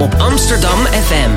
op Amsterdam FM.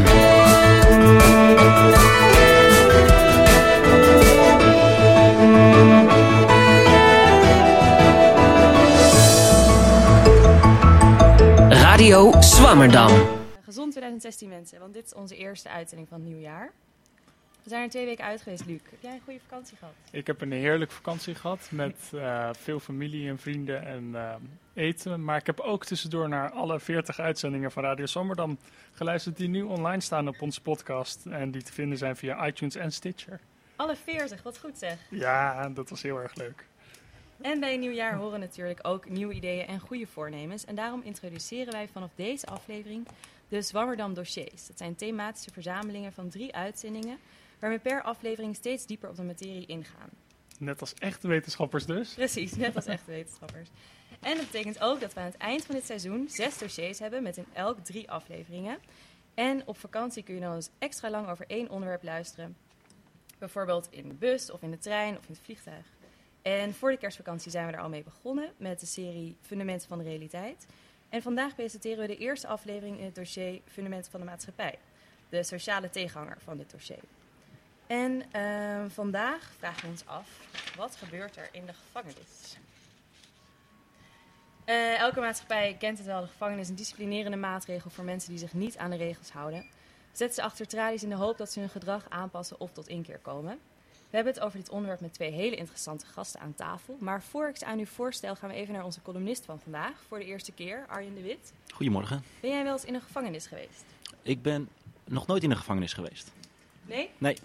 Radio Zwammerdam. Gezond 2016 mensen, want dit is onze eerste uitzending van het nieuwjaar. We zijn er 2 weken uit geweest, Luc. Heb jij een goede vakantie gehad? Ik heb een heerlijke vakantie gehad met veel familie en vrienden en eten. Maar ik heb ook tussendoor naar alle 40 uitzendingen van Radio Zwammerdam geluisterd die nu online staan op onze podcast. En die te vinden zijn via iTunes en Stitcher. Alle 40, wat goed zeg. Ja, dat was heel erg leuk. En bij een nieuwjaar horen natuurlijk ook nieuwe ideeën en goede voornemens. En daarom introduceren wij vanaf deze aflevering de Zwammerdam Dossiers. Dat zijn thematische verzamelingen van 3 uitzendingen, waarmee per aflevering steeds dieper op de materie ingaan. Net als echte wetenschappers dus. Precies, net als echte wetenschappers. En dat betekent ook dat we aan het eind van dit seizoen 6 dossiers hebben met in elk 3 afleveringen. En op vakantie kun je dan dus extra lang over 1 onderwerp luisteren. Bijvoorbeeld in de bus of in de trein of in het vliegtuig. En voor de kerstvakantie zijn we er al mee begonnen met de serie Fundamenten van de Realiteit. En vandaag presenteren we de eerste aflevering in het dossier Fundamenten van de Maatschappij. De sociale tegenhanger van dit dossier. En vandaag vragen we ons af, wat gebeurt er in de gevangenis? Elke maatschappij kent het wel, de gevangenis is een disciplinerende maatregel voor mensen die zich niet aan de regels houden. Zet ze achter tralies in de hoop dat ze hun gedrag aanpassen of tot inkeer komen. We hebben het over dit onderwerp met 2 hele interessante gasten aan tafel. Maar voor ik ze aan u voorstel, gaan we even naar onze columnist van vandaag. Voor de eerste keer, Arjen de Wit. Goedemorgen. Ben jij wel eens in een gevangenis geweest? Ik ben nog nooit in een gevangenis geweest. Nee? Nee.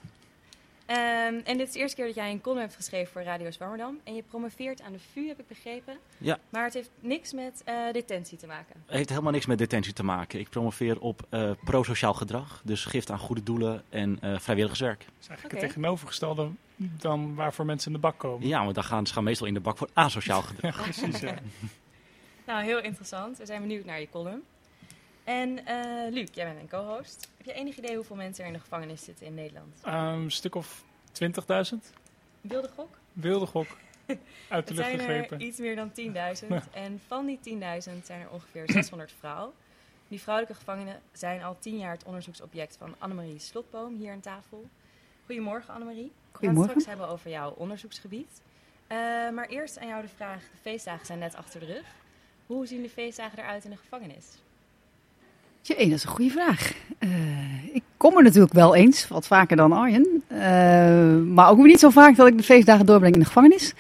En dit is de eerste keer dat jij een column hebt geschreven voor Radio Zwammerdam. En je promoveert aan de VU, heb ik begrepen. Ja. Maar het heeft niks met detentie te maken. Het heeft helemaal niks met detentie te maken. Ik promoveer op pro-sociaal gedrag. Dus gift aan goede doelen en vrijwilligerswerk. Dat is eigenlijk het tegenovergestelde dan waarvoor mensen in de bak komen. Ja, want ze gaan meestal in de bak voor asociaal gedrag. Ja, precies, ja. Nou, heel interessant. We zijn benieuwd naar je column. En Luc, jij bent mijn co-host. Heb je enig idee hoeveel mensen er in de gevangenis zitten in Nederland? Een stuk of 20.000. Wilde gok? Wilde gok. Uit de lucht Het zijn gegrepen. er iets meer dan 10.000. En van die 10.000 zijn er ongeveer 600 vrouwen. Die vrouwelijke gevangenen zijn al 10 jaar het onderzoeksobject van Annemarie Slotboom hier aan tafel. Goedemorgen Annemarie. Goedemorgen. We gaan het straks hebben over jouw onderzoeksgebied. Maar eerst aan jou de vraag, de feestdagen zijn net achter de rug. Hoe zien de feestdagen eruit in de gevangenis? Dat is een goede vraag. Ik kom er natuurlijk wel eens, wat vaker dan Arjen. Maar ook weer niet zo vaak dat ik de feestdagen doorbreng in de gevangenis.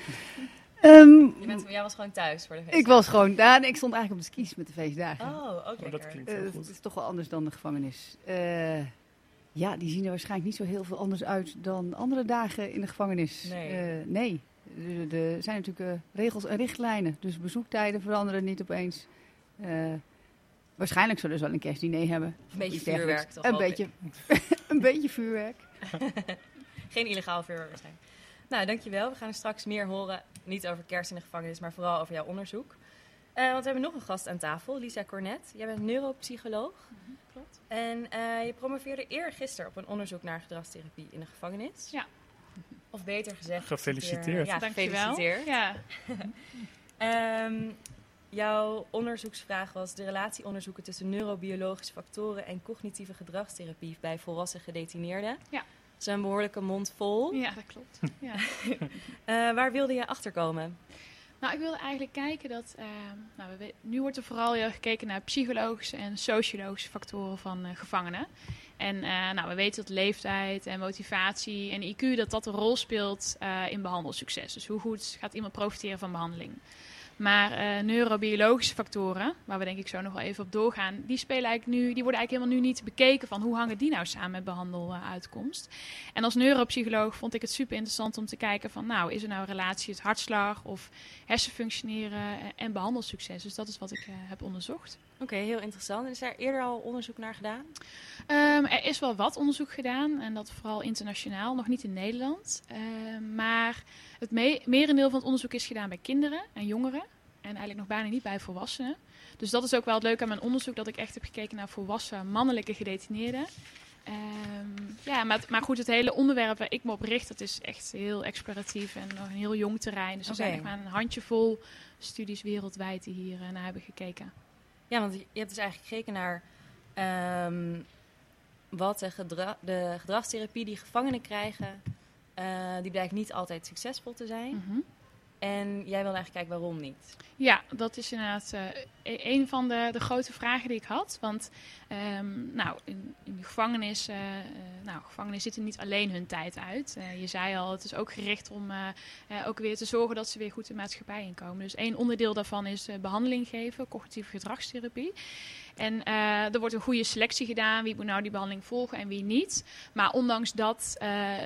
Jij was gewoon thuis voor de feestdagen? Ik was gewoon daar. Ik stond eigenlijk op de skis met de feestdagen. Oh, ook lekker. Dat klinkt heel goed. Het is toch wel anders dan de gevangenis. Ja, die zien er waarschijnlijk niet zo heel veel anders uit dan andere dagen in de gevangenis. Nee. Nee. Er zijn natuurlijk regels en richtlijnen. Dus bezoektijden veranderen niet opeens. Waarschijnlijk zullen ze wel een kerstdiner hebben. Een beetje Iets dergelijks. vuurwerk toch? Een beetje vuurwerk. Geen illegaal vuurwerk waarschijnlijk. Nou, dankjewel. We gaan er straks meer horen. Niet over kerst in de gevangenis, maar vooral over jouw onderzoek. Want we hebben nog een gast aan tafel, Lisa Cornet. Jij bent neuropsycholoog. Klopt. En je promoveerde eergisteren op een onderzoek naar gedragstherapie in de gevangenis. Ja. Of beter gezegd... Gefeliciteerd. Ja, Dankjewel. gefeliciteerd. Ja. Jouw onderzoeksvraag was de relatieonderzoeken tussen neurobiologische factoren en cognitieve gedragstherapie bij volwassen gedetineerden. Ja. Dat is een behoorlijke mond vol. Ja, dat klopt. Ja. Waar wilde je achterkomen? Nou, ik wilde eigenlijk kijken dat... nu wordt er vooral heel erg gekeken naar psychologische en sociologische factoren van gevangenen. En we weten dat leeftijd en motivatie en IQ dat een rol speelt in behandelsucces. Dus hoe goed gaat iemand profiteren van behandeling. Maar neurobiologische factoren, waar we denk ik zo nog wel even op doorgaan, die worden eigenlijk helemaal nu niet bekeken van hoe hangen die nou samen met behandeluitkomst. En als neuropsycholoog vond ik het super interessant om te kijken van is er nou een relatie het hartslag of hersenfunctioneren en behandelsucces. Dus dat is wat ik heb onderzocht. Oké, heel interessant. Is daar eerder al onderzoek naar gedaan? Er is wel wat onderzoek gedaan en dat vooral internationaal, nog niet in Nederland. Maar het merendeel van het onderzoek is gedaan bij kinderen en jongeren en eigenlijk nog bijna niet bij volwassenen. Dus dat is ook wel het leuke aan mijn onderzoek, dat ik echt heb gekeken naar volwassen mannelijke gedetineerden. Maar goed, het hele onderwerp waar ik me op richt, dat is echt heel exploratief en nog een heel jong terrein. Dus er zijn echt maar een handjevol studies wereldwijd die hier naar hebben gekeken. Ja, want je hebt dus eigenlijk gekeken naar wat de gedragstherapie die gevangenen krijgen, die blijkt niet altijd succesvol te zijn. Mhm. En jij wil eigenlijk kijken waarom niet. Ja, dat is inderdaad een van de grote vragen die ik had. Want in de gevangenis, gevangenen zitten niet alleen hun tijd uit. Je zei al, het is ook gericht om ook weer te zorgen dat ze weer goed de maatschappij inkomen. Dus één onderdeel daarvan is behandeling geven, cognitieve gedragstherapie. En er wordt een goede selectie gedaan. Wie moet nou die behandeling volgen en wie niet. Maar ondanks dat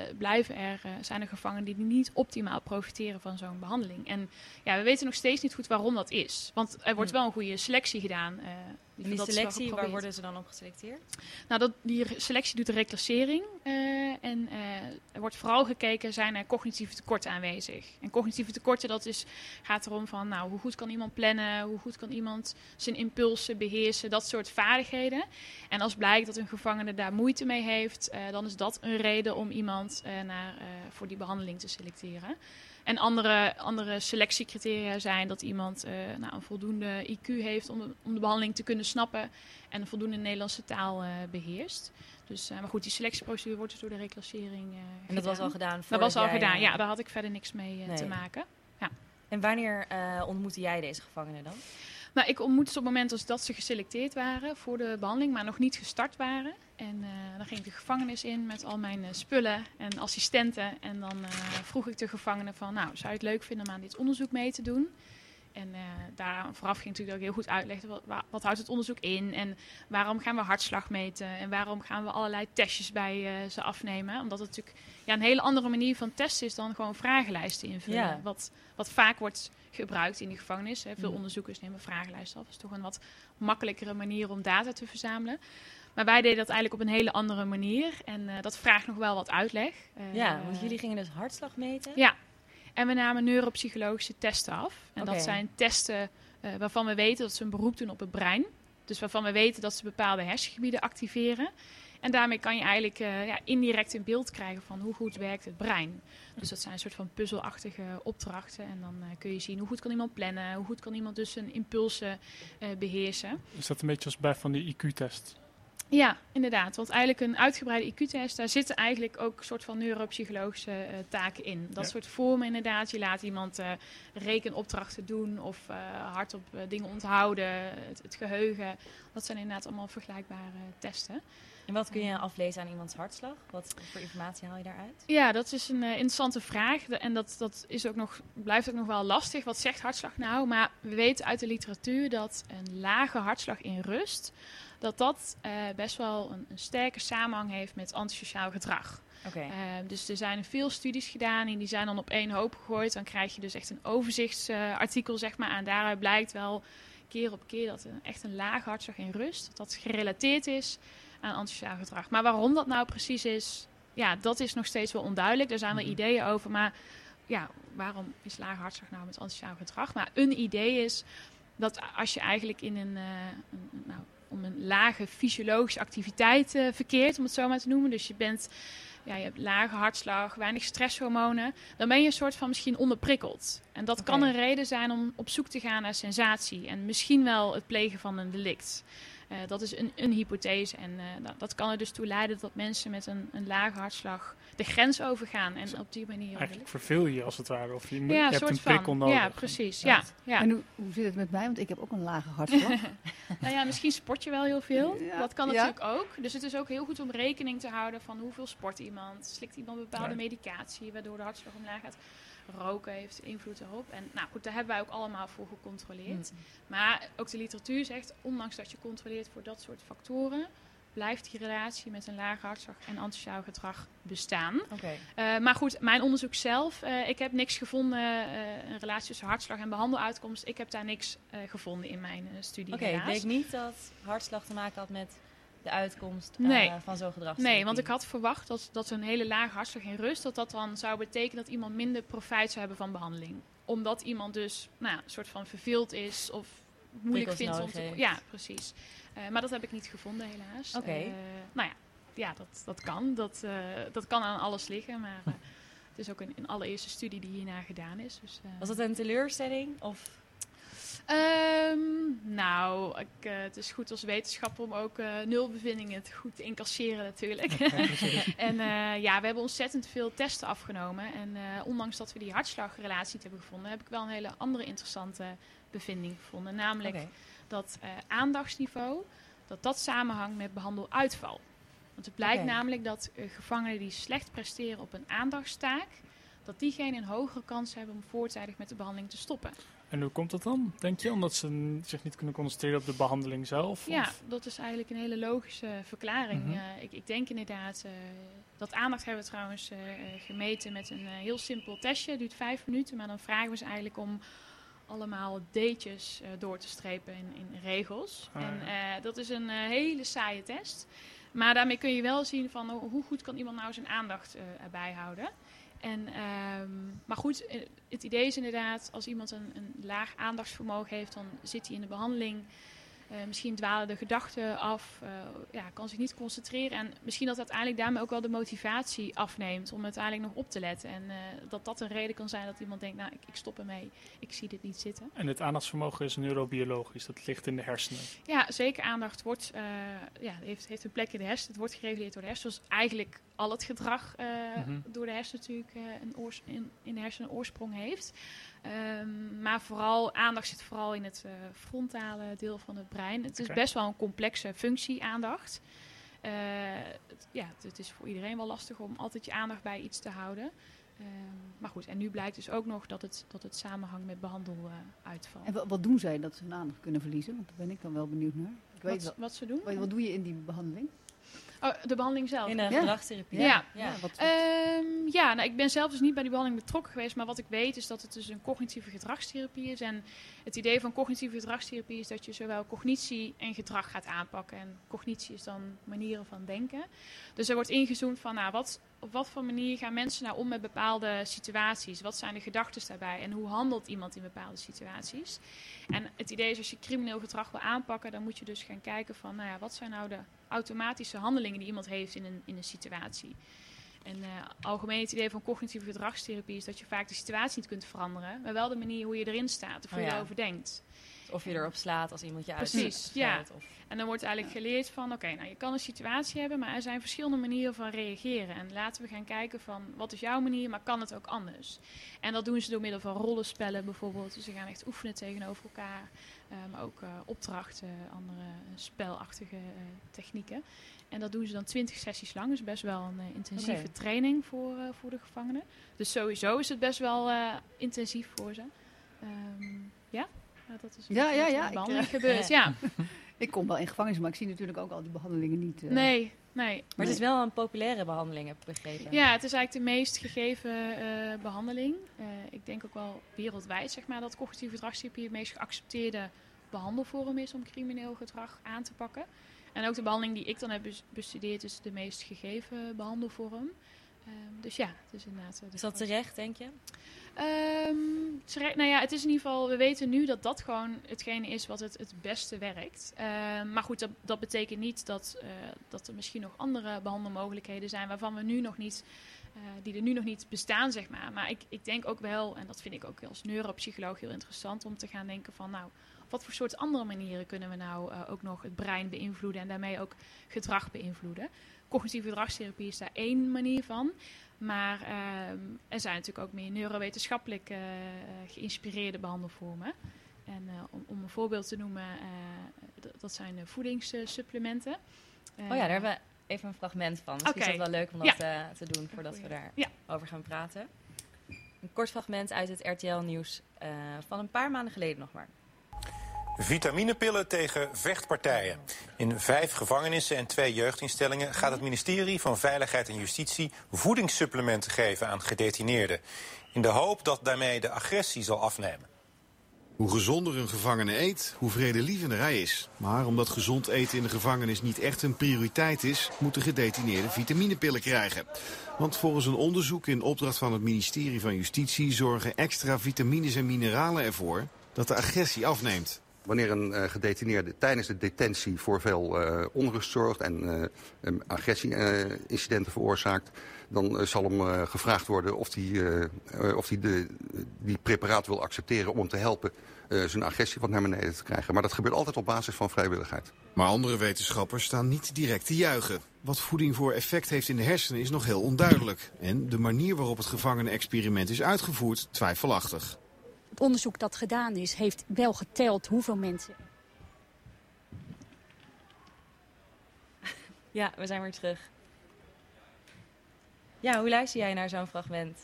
zijn er gevangenen die niet optimaal profiteren van zo'n behandeling. En we weten nog steeds niet goed waarom dat is. Want er wordt wel een goede selectie gedaan. En die selectie, waar worden ze dan op geselecteerd? Nou, die selectie doet de reclassering. Er wordt vooral gekeken, zijn er cognitieve tekorten aanwezig? En cognitieve tekorten, gaat erom van, hoe goed kan iemand plannen? Hoe goed kan iemand zijn impulsen beheersen? Dat soort vaardigheden. En als blijkt dat een gevangene daar moeite mee heeft, dan is dat een reden om iemand voor die behandeling te selecteren. En andere selectiecriteria zijn dat iemand een voldoende IQ heeft om de behandeling te kunnen snappen en een voldoende Nederlandse taal beheerst. Dus, maar goed, die selectieprocedure wordt dus door de reclassering En dat was al gedaan? Dat was al gedaan, ja. Daar had ik verder niks mee te maken. Ja. En wanneer ontmoette jij deze gevangenen dan? Nou, ik ontmoette ze op het moment dat ze geselecteerd waren voor de behandeling, maar nog niet gestart waren. En dan ging ik de gevangenis in met al mijn spullen en assistenten. En dan vroeg ik de gevangenen van, zou je het leuk vinden om aan dit onderzoek mee te doen? En daar vooraf ging natuurlijk ook heel goed uitleggen, wat houdt het onderzoek in? En waarom gaan we hartslag meten? En waarom gaan we allerlei testjes bij ze afnemen? Omdat het natuurlijk een hele andere manier van testen is dan gewoon vragenlijsten invullen. Ja. Wat vaak wordt gebruikt in de gevangenis. Hè. Veel onderzoekers nemen vragenlijsten af. Dat is toch een wat makkelijkere manier om data te verzamelen. Maar wij deden dat eigenlijk op een hele andere manier. En dat vraagt nog wel wat uitleg. Want jullie gingen dus hartslag meten? Ja. En we namen neuropsychologische testen af. En dat zijn testen waarvan we weten dat ze een beroep doen op het brein. Dus waarvan we weten dat ze bepaalde hersengebieden activeren. En daarmee kan je eigenlijk indirect een beeld krijgen van hoe goed werkt het brein. Dus dat zijn een soort van puzzelachtige opdrachten. En dan kun je zien hoe goed kan iemand plannen. Hoe goed kan iemand dus zijn impulsen beheersen. Is dat een beetje als bij van die IQ-test? Ja, inderdaad. Want eigenlijk een uitgebreide IQ-test, daar zitten eigenlijk ook een soort van neuropsychologische taken in. Dat soort vormen inderdaad. Je laat iemand rekenopdrachten doen of hardop dingen onthouden, het geheugen. Dat zijn inderdaad allemaal vergelijkbare testen. En wat kun je aflezen aan iemands hartslag? Wat voor informatie haal je daaruit? Ja, dat is een interessante vraag. En dat is blijft ook nog wel lastig. Wat zegt hartslag nou? Maar we weten uit de literatuur dat een lage hartslag in rust, dat best wel een sterke samenhang heeft met antisociaal gedrag. Okay. Dus er zijn veel studies gedaan en die zijn dan op één hoop gegooid. Dan krijg je dus echt een overzichtsartikel, zeg maar. En daaruit blijkt wel keer op keer dat echt een lage hartslag in rust, dat gerelateerd is aan antisociaal gedrag. Maar waarom dat nou precies is, dat is nog steeds wel onduidelijk. Er zijn wel ideeën over, maar waarom is lage hartslag nou met antisociaal gedrag? Maar een idee is dat als je eigenlijk in om een lage fysiologische activiteit verkeert, om het zo maar te noemen. Dus je hebt lage hartslag, weinig stresshormonen. Dan ben je een soort van misschien onderprikkeld. En dat kan een reden zijn om op zoek te gaan naar sensatie. En misschien wel het plegen van een delict. Dat is een hypothese. En dat kan er dus toe leiden dat mensen met een lage hartslag de grens overgaan. En op die manier... Eigenlijk verveel je als het ware. Of je hebt een prikkel nodig. Ja, precies. Ja. En hoe zit het met mij? Want ik heb ook een lage hartslag. Misschien sport je wel heel veel. Ja. Dat kan natuurlijk ook. Dus het is ook heel goed om rekening te houden van hoeveel sport iemand. Slikt iemand bepaalde medicatie, waardoor de hartslag omlaag gaat. Roken heeft invloed erop. En goed, daar hebben wij ook allemaal voor gecontroleerd. Maar ook de literatuur zegt, ondanks dat je controleert voor dat soort factoren, blijft die relatie met een lage hartslag en antisociaal gedrag bestaan. Maar goed, mijn onderzoek zelf, ik heb niks gevonden, een relatie tussen hartslag en behandeluitkomst. Ik heb daar niks gevonden in mijn studie. Ik denk niet dat hartslag te maken had met de uitkomst van zo'n gedrag. Nee, want ik had verwacht dat een hele lage hartslag in rust, dat dan zou betekenen dat iemand minder profijt zou hebben van behandeling. Omdat iemand dus een soort van verveeld is of moeilijk vindt om te... Ja, precies. Maar dat heb ik niet gevonden, helaas. Dat kan. Dat kan aan alles liggen, maar het is ook een allereerste studie die hierna gedaan is. Dus, was dat een teleurstelling? Of? Het is goed als wetenschapper om ook 0 bevindingen goed te incasseren natuurlijk. En we hebben ontzettend veel testen afgenomen. En ondanks dat we die hartslagrelatie niet hebben gevonden, heb ik wel een hele andere interessante bevinding gevonden. Namelijk dat aandachtsniveau, dat samenhangt met behandeluitval. Want het blijkt namelijk dat gevangenen die slecht presteren op een aandachtstaak, dat diegenen een hogere kans hebben om voortijdig met de behandeling te stoppen. En hoe komt dat dan, denk je? Omdat ze zich niet kunnen concentreren op de behandeling zelf? Ja, of? dat is eigenlijk een hele logische verklaring. Mm-hmm. Ik denk inderdaad, dat aandacht hebben we trouwens gemeten met een heel simpel testje. Het duurt 5 minuten, maar dan vragen we ze eigenlijk om allemaal D'tjes door te strepen in regels. Dat is een hele saaie test. Maar daarmee kun je wel zien van hoe goed kan iemand nou zijn aandacht erbij houden. Maar goed, het idee is inderdaad, als iemand een laag aandachtsvermogen heeft, dan zit hij in de behandeling. Misschien dwalen de gedachten af, kan zich niet concentreren. En misschien dat uiteindelijk daarmee ook wel de motivatie afneemt om uiteindelijk nog op te letten. En dat een reden kan zijn dat iemand denkt, nou, ik stop ermee, ik zie dit niet zitten. En het aandachtsvermogen is neurobiologisch, dat ligt in de hersenen. Ja, zeker. Aandacht wordt, heeft een plek in de hersenen. Het wordt gereguleerd door de hersenen. Zoals eigenlijk al het gedrag door de hersenen natuurlijk in de hersenen een oorsprong heeft. Maar vooral, aandacht zit vooral in het frontale deel van het brein. Het is best wel een complexe functie, aandacht. Het is voor iedereen wel lastig om altijd je aandacht bij iets te houden. Maar goed, en nu blijkt dus ook nog dat het samenhangt met behandeluitval. En wat doen zij dat ze hun aandacht kunnen verliezen? Want daar ben ik dan wel benieuwd naar. Wat ze doen? Wat doe je in die behandeling? Oh, de behandeling zelf? In gedragstherapie. Ik ben zelf dus niet bij die behandeling betrokken geweest. Maar wat ik weet is dat het dus een cognitieve gedragstherapie is. En het idee van cognitieve gedragstherapie is dat je zowel cognitie en gedrag gaat aanpakken. En cognitie is dan manieren van denken. Dus er wordt ingezoomd van op wat voor manier gaan mensen nou om met bepaalde situaties? Wat zijn de gedachten daarbij? En hoe handelt iemand in bepaalde situaties? En het idee is als je crimineel gedrag wil aanpakken, dan moet je dus gaan kijken van wat zijn nou de automatische handelingen die iemand heeft in een situatie. En algemeen het idee van cognitieve gedragstherapie is dat je vaak de situatie niet kunt veranderen, maar wel de manier hoe je erin staat of hoe je erover denkt. Of je erop slaat als iemand je Precies, ja. En dan wordt eigenlijk geleerd van, je kan een situatie hebben, maar er zijn verschillende manieren van reageren. En laten we gaan kijken van, wat is jouw manier, maar kan het ook anders? En dat doen ze door middel van rollenspellen bijvoorbeeld. Dus ze gaan echt oefenen tegenover elkaar. Maar ook opdrachten, andere spelachtige technieken. En dat doen ze dan 20 sessies lang. Dus best wel een intensieve training voor de gevangenen. Dus sowieso is het best wel intensief voor ze. Dat is wat behandeling gebeurt. Ja. Ik kom wel in gevangenis, maar ik zie natuurlijk ook al die behandelingen niet. Nee. Maar het is wel een populaire behandeling, heb ik begrepen. Ja, het is eigenlijk de meest gegeven behandeling. Ik denk ook wel wereldwijd, zeg maar, dat cognitieve gedragstherapie het meest geaccepteerde behandelvorm is om crimineel gedrag aan te pakken. En ook de behandeling die ik dan heb bestudeerd is de meest gegeven behandelvorm. Dus ja, het is inderdaad... Is dat terecht, denk je? Het is in ieder geval... We weten nu dat gewoon hetgene is wat het beste werkt. Maar goed, dat betekent niet dat er misschien nog andere behandelmogelijkheden zijn waarvan we nu nog niet... die er nu nog niet bestaan, zeg maar. Maar ik denk ook wel, en dat vind ik ook als neuropsycholoog heel interessant... om te gaan denken van, op wat voor soort andere manieren kunnen we nou ook nog het brein beïnvloeden... en daarmee ook gedrag beïnvloeden. Cognitieve gedragstherapie is daar één manier van. Maar er zijn natuurlijk ook meer neurowetenschappelijk geïnspireerde behandelvormen. En om een voorbeeld te noemen, dat zijn voedingssupplementen. Daar hebben we even een fragment van. Misschien is het wel leuk om dat te doen voordat we daarover gaan praten. Een kort fragment uit het RTL-nieuws van een paar maanden geleden nog maar. Vitaminepillen tegen vechtpartijen. In 5 gevangenissen en 2 jeugdinstellingen gaat het ministerie van Veiligheid en Justitie voedingssupplementen geven aan gedetineerden. In de hoop dat daarmee de agressie zal afnemen. Hoe gezonder een gevangene eet, hoe vredelievender hij is. Maar omdat gezond eten in de gevangenis niet echt een prioriteit is, moeten gedetineerden vitaminepillen krijgen. Want volgens een onderzoek in opdracht van het ministerie van Justitie zorgen extra vitamines en mineralen ervoor dat de agressie afneemt. Wanneer een gedetineerde tijdens de detentie voor veel onrust zorgt en agressie-incidenten veroorzaakt, dan zal hem gevraagd worden of hij die preparaat wil accepteren om hem te helpen zijn agressie wat naar beneden te krijgen. Maar dat gebeurt altijd op basis van vrijwilligheid. Maar andere wetenschappers staan niet direct te juichen. Wat voeding voor effect heeft in de hersenen is nog heel onduidelijk. En de manier waarop het gevangenen-experiment is uitgevoerd twijfelachtig. Het onderzoek dat gedaan is, heeft wel geteld hoeveel mensen... Ja, we zijn weer terug. Ja, hoe luister jij naar zo'n fragment?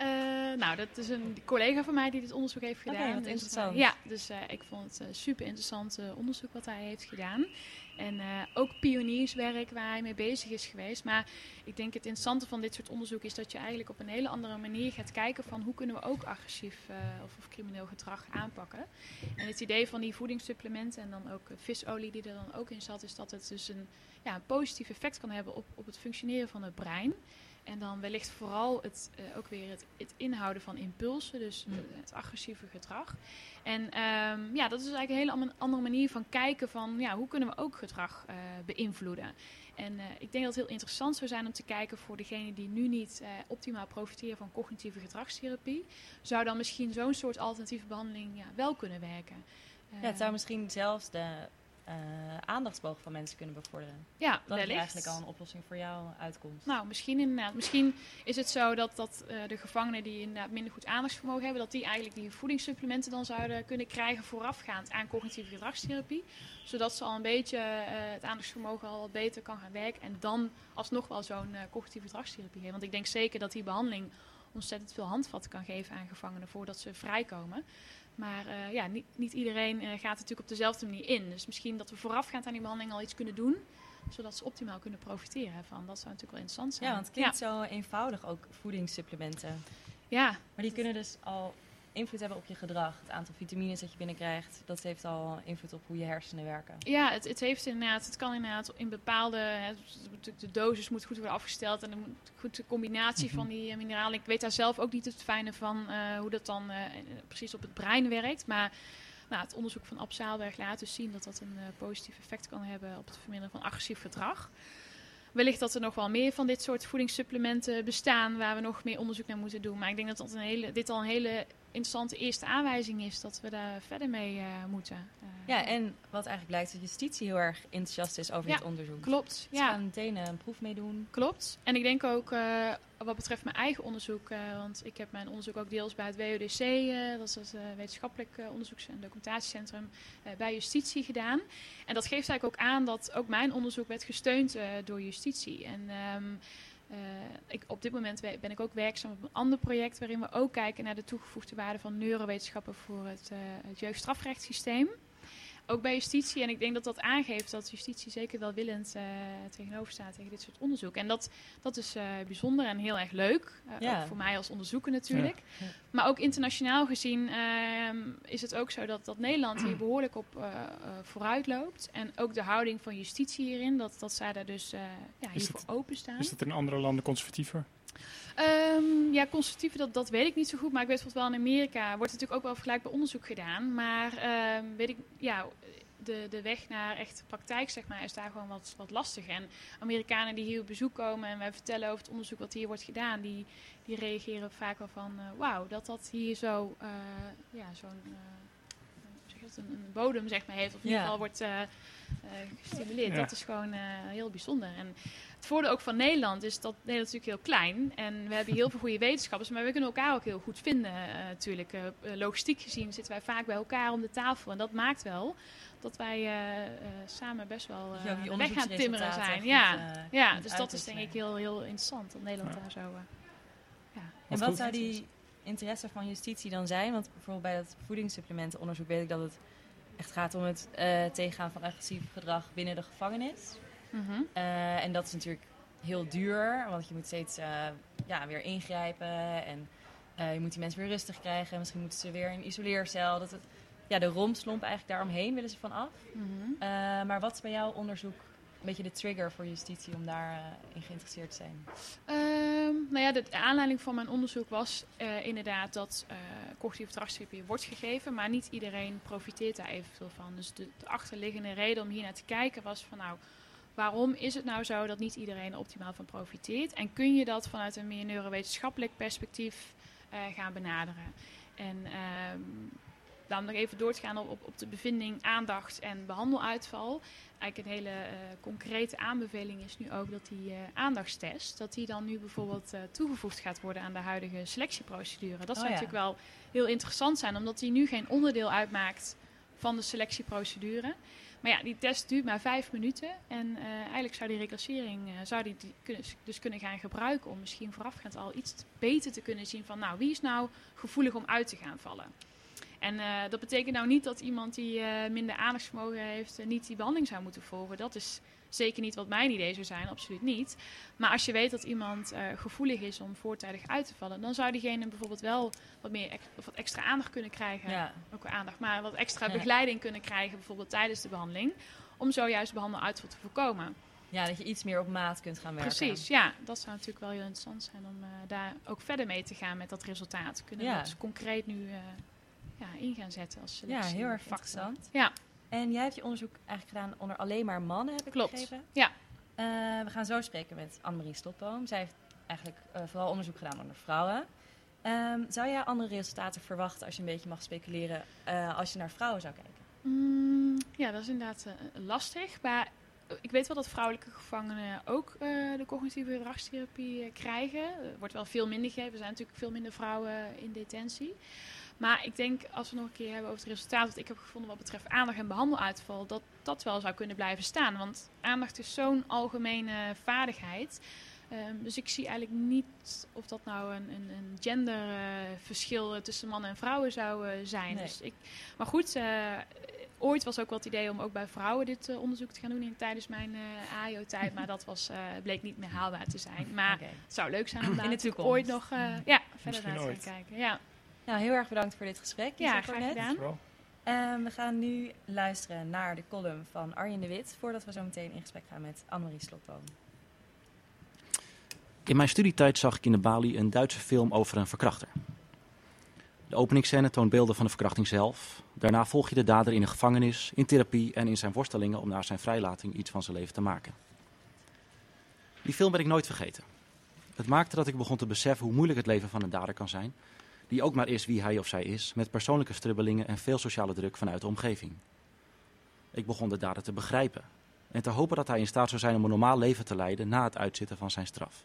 Dat is een collega van mij die dit onderzoek heeft gedaan. Wat interessant. Dus ik vond het super interessant onderzoek wat hij heeft gedaan. En ook pionierswerk waar hij mee bezig is geweest. Maar ik denk het interessante van dit soort onderzoek is dat je eigenlijk op een hele andere manier gaat kijken van hoe kunnen we ook agressief of crimineel gedrag aanpakken. En het idee van die voedingssupplementen en dan ook visolie die er dan ook in zat, is dat het dus een positief effect kan hebben op het functioneren van het brein. En dan wellicht vooral het inhouden van impulsen, dus het agressieve gedrag. En dat is dus eigenlijk een hele andere manier van kijken van hoe kunnen we ook gedrag beïnvloeden. En ik denk dat het heel interessant zou zijn om te kijken voor degenen die nu niet optimaal profiteren van cognitieve gedragstherapie. Zou dan misschien zo'n soort alternatieve behandeling wel kunnen werken. Het zou misschien zelfs de aandachtsboog van mensen kunnen bevorderen. Ja, dat wellicht. is eigenlijk al een oplossing voor jouw uitkomst. Nou, misschien inderdaad. Misschien is het zo dat de gevangenen die inderdaad minder goed aandachtsvermogen hebben, dat die eigenlijk die voedingssupplementen dan zouden kunnen krijgen voorafgaand aan cognitieve gedragstherapie. Zodat ze al een beetje het aandachtsvermogen al wat beter kan gaan werken. En dan alsnog wel zo'n cognitieve gedragstherapie heeft. Want ik denk zeker dat die behandeling ontzettend veel handvatten kan geven aan gevangenen voordat ze vrijkomen. Maar niet iedereen gaat natuurlijk op dezelfde manier in. Dus misschien dat we voorafgaand aan die behandeling al iets kunnen doen, zodat ze optimaal kunnen profiteren ervan. Dat zou natuurlijk wel interessant zijn. Ja, want het klinkt zo eenvoudig ook, voedingssupplementen. Ja. Maar die kunnen dus al invloed hebben op je gedrag. Het aantal vitamines dat je binnenkrijgt, dat heeft al invloed op hoe je hersenen werken. Ja, het kan inderdaad in bepaalde... de dosis moet goed worden afgesteld en er moet goed de combinatie van die mineralen. Ik weet daar zelf ook niet het fijne van hoe dat dan precies op het brein werkt. Maar het onderzoek van Ab Zaalberg laat dus zien dat dat een positief effect kan hebben op het verminderen van agressief gedrag. Wellicht dat er nog wel meer van dit soort voedingssupplementen bestaan waar we nog meer onderzoek naar moeten doen. Maar ik denk dat dit al een hele interessante eerste aanwijzing is dat we daar verder mee moeten. En wat eigenlijk blijkt dat justitie heel erg enthousiast is over dit onderzoek. Klopt. Ze gaan meteen een proef meedoen. Klopt. En ik denk ook wat betreft mijn eigen onderzoek, want ik heb mijn onderzoek ook deels bij het WODC, dat is het wetenschappelijk onderzoeks- en documentatiecentrum, bij justitie gedaan. En dat geeft eigenlijk ook aan dat ook mijn onderzoek werd gesteund door justitie. En op dit moment ben ik ook werkzaam op een ander project waarin we ook kijken naar de toegevoegde waarde van neurowetenschappen voor het jeugdstrafrechtssysteem. Ook bij justitie. En ik denk dat dat aangeeft dat justitie zeker welwillend tegenover staat tegen dit soort onderzoek. En dat is bijzonder en heel erg leuk. Ook voor mij als onderzoeker natuurlijk. Ja. Maar ook internationaal gezien is het ook zo dat Nederland hier behoorlijk op vooruit loopt. En ook de houding van justitie hierin, dat zij daar dus hiervoor openstaan. Is dat in andere landen conservatiever? Conservatiever, dat weet ik niet zo goed. Maar ik weet wel in Amerika wordt natuurlijk ook wel vergelijkbaar onderzoek gedaan. Maar de weg naar echte praktijk, zeg maar, is daar gewoon wat lastig. En Amerikanen die hier op bezoek komen en wij vertellen over het onderzoek wat hier wordt gedaan, die reageren vaak wel van wauw, dat hier zo een bodem, zeg maar, heeft. Of in ieder geval wordt gestimuleerd. Ja. Dat is gewoon heel bijzonder. En het voordeel ook van Nederland is dat Nederland is natuurlijk heel klein. En we hebben heel veel goede wetenschappers. Maar we kunnen elkaar ook heel goed vinden natuurlijk. Logistiek gezien zitten wij vaak bij elkaar om de tafel. En dat maakt wel dat wij samen best wel de weg gaan timmeren zijn. Dus dat is denk ik heel interessant. Dat Nederland daar zo... En wat zou die interesse van justitie dan zijn? Want bijvoorbeeld bij dat voedingssupplementenonderzoek weet ik dat het echt gaat om het tegengaan van agressief gedrag binnen de gevangenis. Mm-hmm. En dat is natuurlijk heel duur, want je moet steeds weer ingrijpen en je moet die mensen weer rustig krijgen. Misschien moeten ze weer in een isoleercel. De rompslomp eigenlijk daaromheen willen ze van af. Mm-hmm. Maar wat is bij jouw onderzoek beetje de trigger voor justitie om daarin geïnteresseerd te zijn? De aanleiding van mijn onderzoek was inderdaad dat cognitieve gedragstherapie wordt gegeven, maar niet iedereen profiteert daar evenveel van. Dus de achterliggende reden om hier naar te kijken was van waarom is het nou zo dat niet iedereen er optimaal van profiteert? En kun je dat vanuit een meer neurowetenschappelijk perspectief gaan benaderen? En dan nog even door te gaan op de bevinding aandacht en behandeluitval. Eigenlijk een hele concrete aanbeveling is nu ook dat die aandachtstest, dat die dan nu bijvoorbeeld toegevoegd gaat worden aan de huidige selectieprocedure. Dat zou natuurlijk wel heel interessant zijn, omdat die nu geen onderdeel uitmaakt van de selectieprocedure. Maar ja, die test duurt maar 5 minuten. En eigenlijk zou die reclassering kunnen gaan gebruiken om misschien voorafgaand al iets beter te kunnen zien van wie is nou gevoelig om uit te gaan vallen. En dat betekent nou niet dat iemand die minder aandachtsvermogen heeft niet die behandeling zou moeten volgen. Dat is zeker niet wat mijn idee zou zijn, absoluut niet. Maar als je weet dat iemand gevoelig is om voortijdig uit te vallen, dan zou diegene bijvoorbeeld wel wat extra aandacht kunnen krijgen. Ja. Ook wel aandacht, maar wat extra begeleiding kunnen krijgen, bijvoorbeeld tijdens de behandeling, om zojuist behandeluitval te voorkomen. Ja, dat je iets meer op maat kunt gaan werken. Precies, ja. Dat zou natuurlijk wel heel interessant zijn om daar ook verder mee te gaan met dat resultaat. Kunnen we dus concreet nu in gaan zetten als selectie. Ja, heel erg interessant. Ja. En jij hebt je onderzoek eigenlijk gedaan onder alleen maar mannen, heb ik begrepen. Ja. We gaan zo spreken met Annemarie Slotboom. Zij heeft eigenlijk vooral onderzoek gedaan onder vrouwen. Zou jij andere resultaten verwachten als je een beetje mag speculeren als je naar vrouwen zou kijken? Ja, dat is inderdaad lastig. Maar ik weet wel dat vrouwelijke gevangenen ook de cognitieve gedragstherapie krijgen. Er wordt wel veel minder gegeven. Er zijn natuurlijk veel minder vrouwen in detentie. Maar ik denk, als we nog een keer hebben over het resultaat dat ik heb gevonden wat betreft aandacht en behandeluitval, dat dat wel zou kunnen blijven staan. Want aandacht is zo'n algemene vaardigheid. Dus ik zie eigenlijk niet of dat nou een genderverschil tussen mannen en vrouwen zou zijn. Nee. Dus maar goed, ooit was ook wel het idee om ook bij vrouwen dit onderzoek te gaan doen tijdens mijn AIO-tijd. Maar dat bleek niet meer haalbaar te zijn. Maar het zou leuk zijn om daar in de toekomst ooit nog verder naar te gaan kijken. Ja. Nou, heel erg bedankt voor dit gesprek. Ja, graag gedaan. We gaan nu luisteren naar de column van Arjen de Wit, voordat we zo meteen in gesprek gaan met Annemarie Slotboom. In mijn studietijd zag ik in de Bali een Duitse film over een verkrachter. De openingsscène toont beelden van de verkrachting zelf. Daarna volg je de dader in een gevangenis, in therapie en in zijn worstelingen om na zijn vrijlating iets van zijn leven te maken. Die film ben ik nooit vergeten. Het maakte dat ik begon te beseffen hoe moeilijk het leven van een dader kan zijn, die ook maar is wie hij of zij is, met persoonlijke strubbelingen en veel sociale druk vanuit de omgeving. Ik begon de dader te begrijpen en te hopen dat hij in staat zou zijn om een normaal leven te leiden na het uitzitten van zijn straf.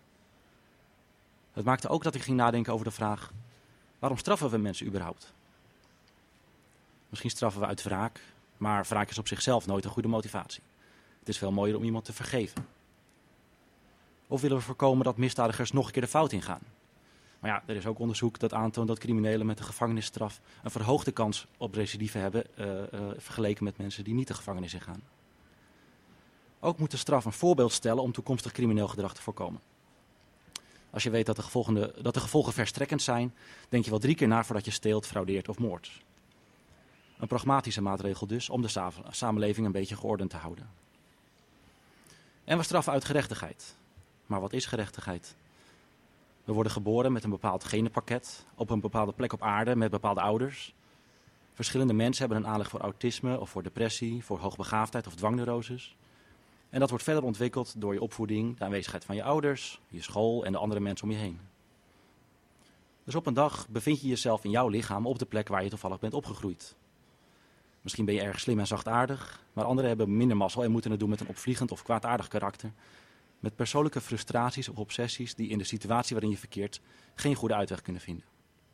Het maakte ook dat ik ging nadenken over de vraag: waarom straffen we mensen überhaupt? Misschien straffen we uit wraak, maar wraak is op zichzelf nooit een goede motivatie. Het is veel mooier om iemand te vergeven. Of willen we voorkomen dat misdadigers nog een keer de fout ingaan? Maar ja, er is ook onderzoek dat aantoont dat criminelen met een gevangenisstraf een verhoogde kans op recidive hebben, vergeleken met mensen die niet de gevangenis ingaan. Ook moet de straf een voorbeeld stellen om toekomstig crimineel gedrag te voorkomen. Als je weet dat de gevolgen verstrekkend zijn, denk je wel 3 keer na voordat je steelt, fraudeert of moordt. Een pragmatische maatregel dus om de samenleving een beetje geordend te houden. En we straffen uit gerechtigheid. Maar wat is gerechtigheid? We worden geboren met een bepaald genenpakket, op een bepaalde plek op aarde met bepaalde ouders. Verschillende mensen hebben een aanleg voor autisme of voor depressie, voor hoogbegaafdheid of dwangneuroses. En dat wordt verder ontwikkeld door je opvoeding, de aanwezigheid van je ouders, je school en de andere mensen om je heen. Dus op een dag bevind je jezelf in jouw lichaam op de plek waar je toevallig bent opgegroeid. Misschien ben je erg slim en zachtaardig, maar anderen hebben minder mazzel en moeten het doen met een opvliegend of kwaadaardig karakter. Met persoonlijke frustraties of obsessies die in de situatie waarin je verkeert geen goede uitweg kunnen vinden.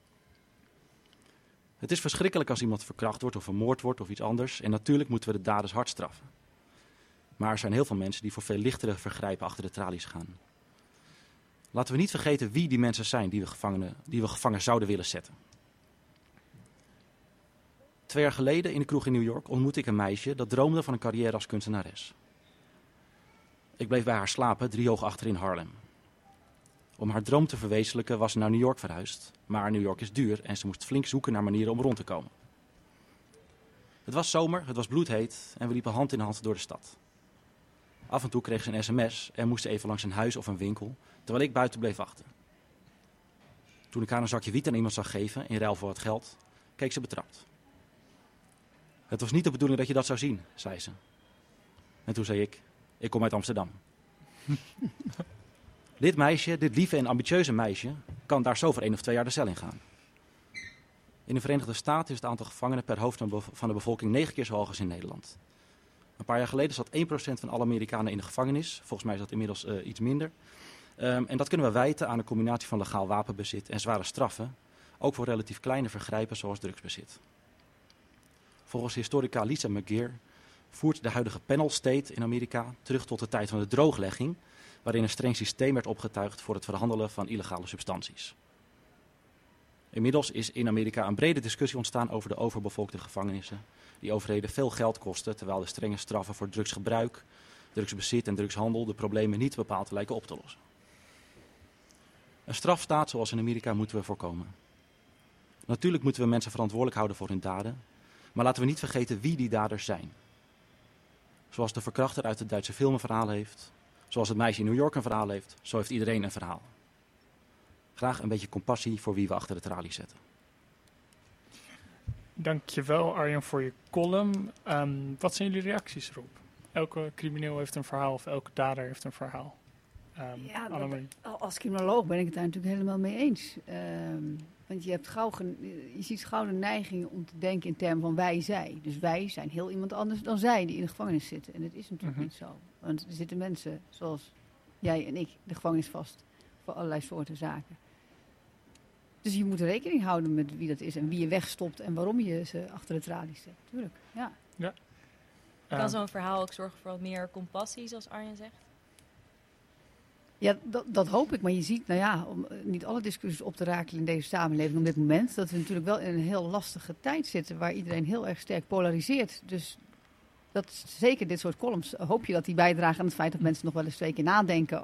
Het is verschrikkelijk als iemand verkracht wordt of vermoord wordt of iets anders en natuurlijk moeten we de daders hard straffen. Maar er zijn heel veel mensen die voor veel lichtere vergrijpen achter de tralies gaan. Laten we niet vergeten wie die mensen zijn die we gevangen zouden willen zetten. 2 jaar geleden in de kroeg in New York ontmoette ik een meisje dat droomde van een carrière als kunstenares. Ik bleef bij haar slapen 3 hoog achter in Harlem. Om haar droom te verwezenlijken was ze naar New York verhuisd. Maar New York is duur en ze moest flink zoeken naar manieren om rond te komen. Het was zomer, het was bloedheet en we liepen hand in hand door de stad. Af en toe kreeg ze een sms en moest ze even langs een huis of een winkel, terwijl ik buiten bleef wachten. Toen ik haar een zakje wiet aan iemand zag geven, in ruil voor wat geld, keek ze betrapt. Het was niet de bedoeling dat je dat zou zien, zei ze. En toen zei ik kom uit Amsterdam. Dit meisje, dit lieve en ambitieuze meisje, kan daar zo voor 1 of 2 jaar de cel in gaan. In de Verenigde Staten is het aantal gevangenen per hoofd van de bevolking 9 keer zo hoog als in Nederland. Een paar jaar geleden zat 1% van alle Amerikanen in de gevangenis. Volgens mij is dat inmiddels iets minder. En dat kunnen we wijten aan een combinatie van legaal wapenbezit en zware straffen. Ook voor relatief kleine vergrijpen zoals drugsbezit. Volgens historica Lisa McGeer voert de huidige panel state in Amerika terug tot de tijd van de drooglegging, waarin een streng systeem werd opgetuigd voor het verhandelen van illegale substanties. Inmiddels is in Amerika een brede discussie ontstaan over de overbevolkte gevangenissen, die overheden veel geld kosten, terwijl de strenge straffen voor drugsgebruik, drugsbezit en drugshandel de problemen niet bepaald lijken op te lossen. Een strafstaat zoals in Amerika moeten we voorkomen. Natuurlijk moeten we mensen verantwoordelijk houden voor hun daden, maar laten we niet vergeten wie die daders zijn. Zoals de verkrachter uit het Duitse film een verhaal heeft, zoals het meisje in New York een verhaal heeft, zo heeft iedereen een verhaal. Graag een beetje compassie voor wie we achter de tralies zetten. Dankjewel Arjen voor je column. Wat zijn jullie reacties erop? Elke crimineel heeft een verhaal of elke dader heeft een verhaal. Als criminoloog ben ik het daar natuurlijk helemaal mee eens. Want je ziet gauw de neiging om te denken in termen van wij-zij. Dus wij zijn heel iemand anders dan zij die in de gevangenis zitten. En dat is natuurlijk niet zo. Want er zitten mensen zoals jij en ik de gevangenis vast voor allerlei soorten zaken. Dus je moet rekening houden met wie dat is en wie je wegstopt en waarom je ze achter de tralies zet. Tuurlijk, ja. Kan zo'n verhaal ook zorgen voor wat meer compassie, zoals Arjen zegt? Ja, dat hoop ik. Maar je ziet, om niet alle discussies op te rakelen in deze samenleving op dit moment, dat we natuurlijk wel in een heel lastige tijd zitten waar iedereen heel erg sterk polariseert. Dus dat zeker dit soort columns, hoop je dat die bijdragen aan het feit dat mensen nog wel eens 2 keer nadenken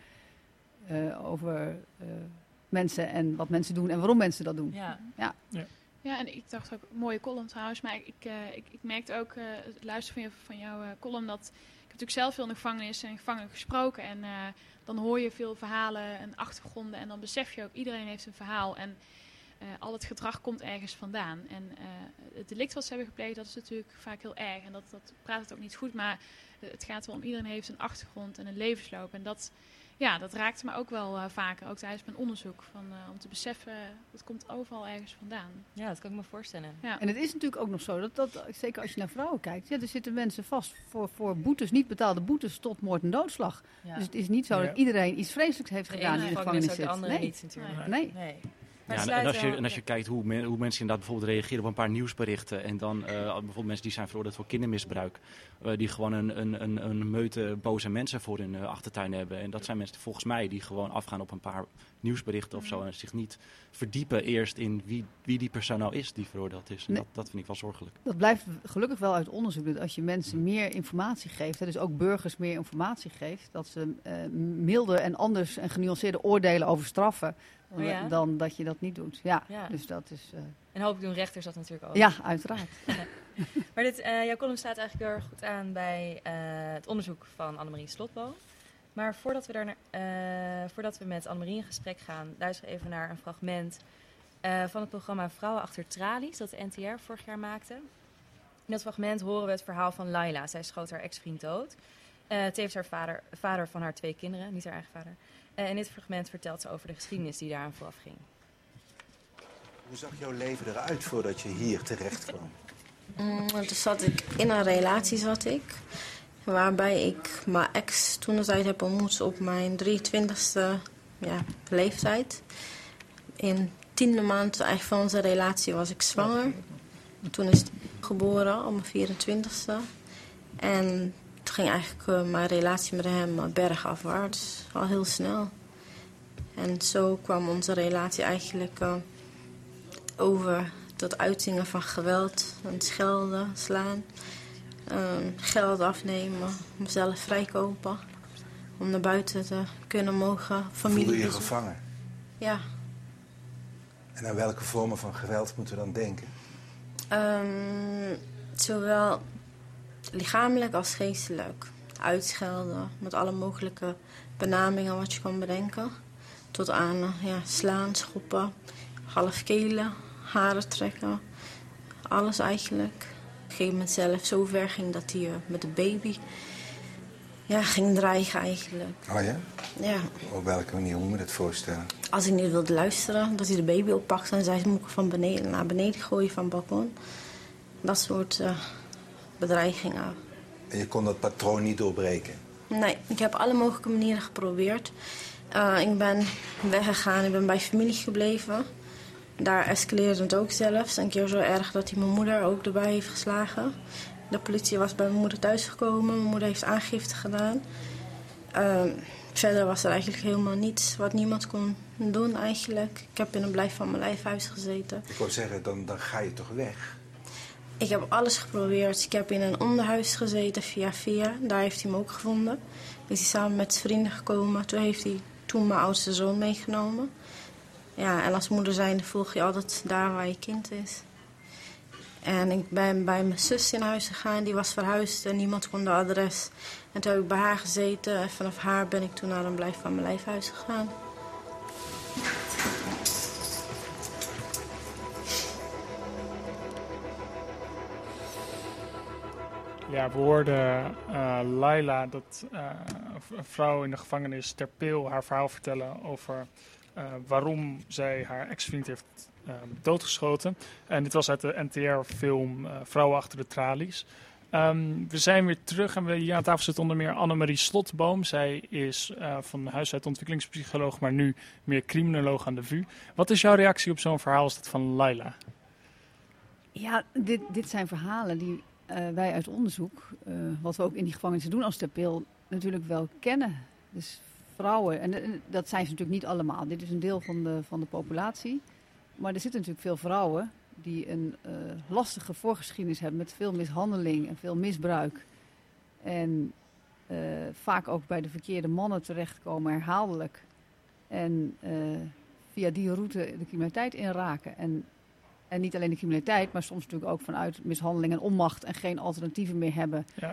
over mensen en wat mensen doen en waarom mensen dat doen. Ja, en ik dacht ook, mooie column trouwens, maar ik merkte ook het luisteren van jouw column dat ik heb natuurlijk zelf veel in de gevangenis en gevangenen gesproken en dan hoor je veel verhalen en achtergronden en dan besef je ook, iedereen heeft een verhaal en al het gedrag komt ergens vandaan. En het delict wat ze hebben gepleegd, dat is natuurlijk vaak heel erg en dat praat het ook niet goed, maar het gaat wel om iedereen heeft een achtergrond en een levensloop en dat raakte me ook wel vaker, ook tijdens mijn onderzoek, om te beseffen, het komt overal ergens vandaan. Ja, dat kan ik me voorstellen. Ja. En het is natuurlijk ook nog zo, dat zeker als je naar vrouwen kijkt, er zitten mensen vast voor boetes, niet betaalde boetes tot moord en doodslag. Ja. Dus het is niet zo dat iedereen iets vreselijks heeft gedaan in de gevangenis zit. De andere niet natuurlijk. Nee. Ja, en als je kijkt hoe mensen inderdaad bijvoorbeeld reageren op een paar nieuwsberichten en dan bijvoorbeeld mensen die zijn veroordeeld voor kindermisbruik, die gewoon een meute boze mensen voor hun achtertuin hebben. En dat zijn mensen volgens mij die gewoon afgaan op een paar nieuwsberichten of zo en zich niet verdiepen eerst in wie die persoon nou is die veroordeeld is. En dat vind ik wel zorgelijk. Dat blijft gelukkig wel uit onderzoek, dat als je mensen meer informatie geeft, dus ook burgers meer informatie geeft, dat ze milder en anders en genuanceerde oordelen over straffen dan dat je dat niet doet. Ja. Dus dat is... En hopelijk doen rechters dat natuurlijk ook. Ja, uiteraard. Maar jouw column staat eigenlijk heel erg goed aan bij het onderzoek van Annemarie Slotboom. Maar voordat we met Annemarie in gesprek gaan, luisteren we even naar een fragment van het programma Vrouwen achter tralies, dat de NTR vorig jaar maakte. In dat fragment horen we het verhaal van Laila. Zij schoot haar ex-vriend dood. Tevens haar vader van haar 2 kinderen, niet haar eigen vader. In dit fragment vertelt ze over de geschiedenis die daaraan vooraf ging. Hoe zag jouw leven eruit voordat je hier terecht kwam? In een relatie waarbij ik mijn ex toen de tijd heb ontmoet op mijn 23e leeftijd. In 10e maand eigenlijk van onze relatie was ik zwanger. Toen is het geboren op mijn 24e. En toen ging eigenlijk mijn relatie met hem bergafwaarts, al heel snel. En zo kwam onze relatie eigenlijk over tot uitingen van geweld, schelden, slaan, geld afnemen, mezelf vrijkopen, om naar buiten te kunnen mogen. Familie voelde je gevangen? Ja. En aan welke vormen van geweld moeten we dan denken? Zowel lichamelijk als geestelijk. uitschelden. Met alle mogelijke benamingen wat je kan bedenken. Tot aan slaan, schoppen, half kelen, haren trekken. Alles eigenlijk. Op een gegeven moment zelf zo ver ging dat hij met de baby ging dreigen eigenlijk. Oh ja? Ja. Op welke manier? Hoe moet je dat voorstellen? Als ik niet wilde luisteren, dat hij de baby oppakte en zei: moet ik van beneden naar beneden gooien van het balkon. Dat soort bedreigingen. En je kon dat patroon niet doorbreken? Nee, ik heb alle mogelijke manieren geprobeerd. Ik ben weggegaan, ik ben bij familie gebleven. Daar escaleerde het ook zelfs. Een keer zo erg dat hij mijn moeder ook erbij heeft geslagen. De politie was bij mijn moeder thuisgekomen. Mijn moeder heeft aangifte gedaan. Verder was er eigenlijk helemaal niets wat niemand kon doen eigenlijk. Ik heb in een blijf van mijn lijfhuis gezeten. Ik wou zeggen, dan ga je toch weg? Ik heb alles geprobeerd. Ik heb in een onderhuis gezeten via. Daar heeft hij me ook gevonden. Is hij samen met zijn vrienden gekomen. Toen heeft hij mijn oudste zoon meegenomen. Ja, en als moeder zijnde volg je altijd daar waar je kind is. En ik ben bij mijn zus in huis gegaan. Die was verhuisd en niemand kon de adres. En toen heb ik bij haar gezeten. En vanaf haar ben ik toen naar een blijf van mijn lijfhuis gegaan. Ja, we hoorden Laila, dat een vrouw in de gevangenis ter Peel, haar verhaal vertellen over waarom zij haar ex-vriend heeft doodgeschoten. En dit was uit de NTR-film Vrouwen achter de tralies. We zijn weer terug en hier aan tafel zit onder meer Annemarie Slotboom. Zij is van huis uit ontwikkelingspsycholoog, maar nu meer criminoloog aan de VU. Wat is jouw reactie op zo'n verhaal als dat van Laila? Ja, dit zijn verhalen die wij uit onderzoek, wat we ook in die gevangenissen doen als ter Peel, natuurlijk wel kennen. Dus vrouwen, en dat zijn ze natuurlijk niet allemaal. Dit is een deel van de populatie. Maar er zitten natuurlijk veel vrouwen die een lastige voorgeschiedenis hebben met veel mishandeling en veel misbruik. En vaak ook bij de verkeerde mannen terechtkomen, herhaaldelijk. En via die route de criminaliteit inraken. En niet alleen de criminaliteit, maar soms natuurlijk ook vanuit mishandeling en onmacht en geen alternatieven meer hebben. Ja.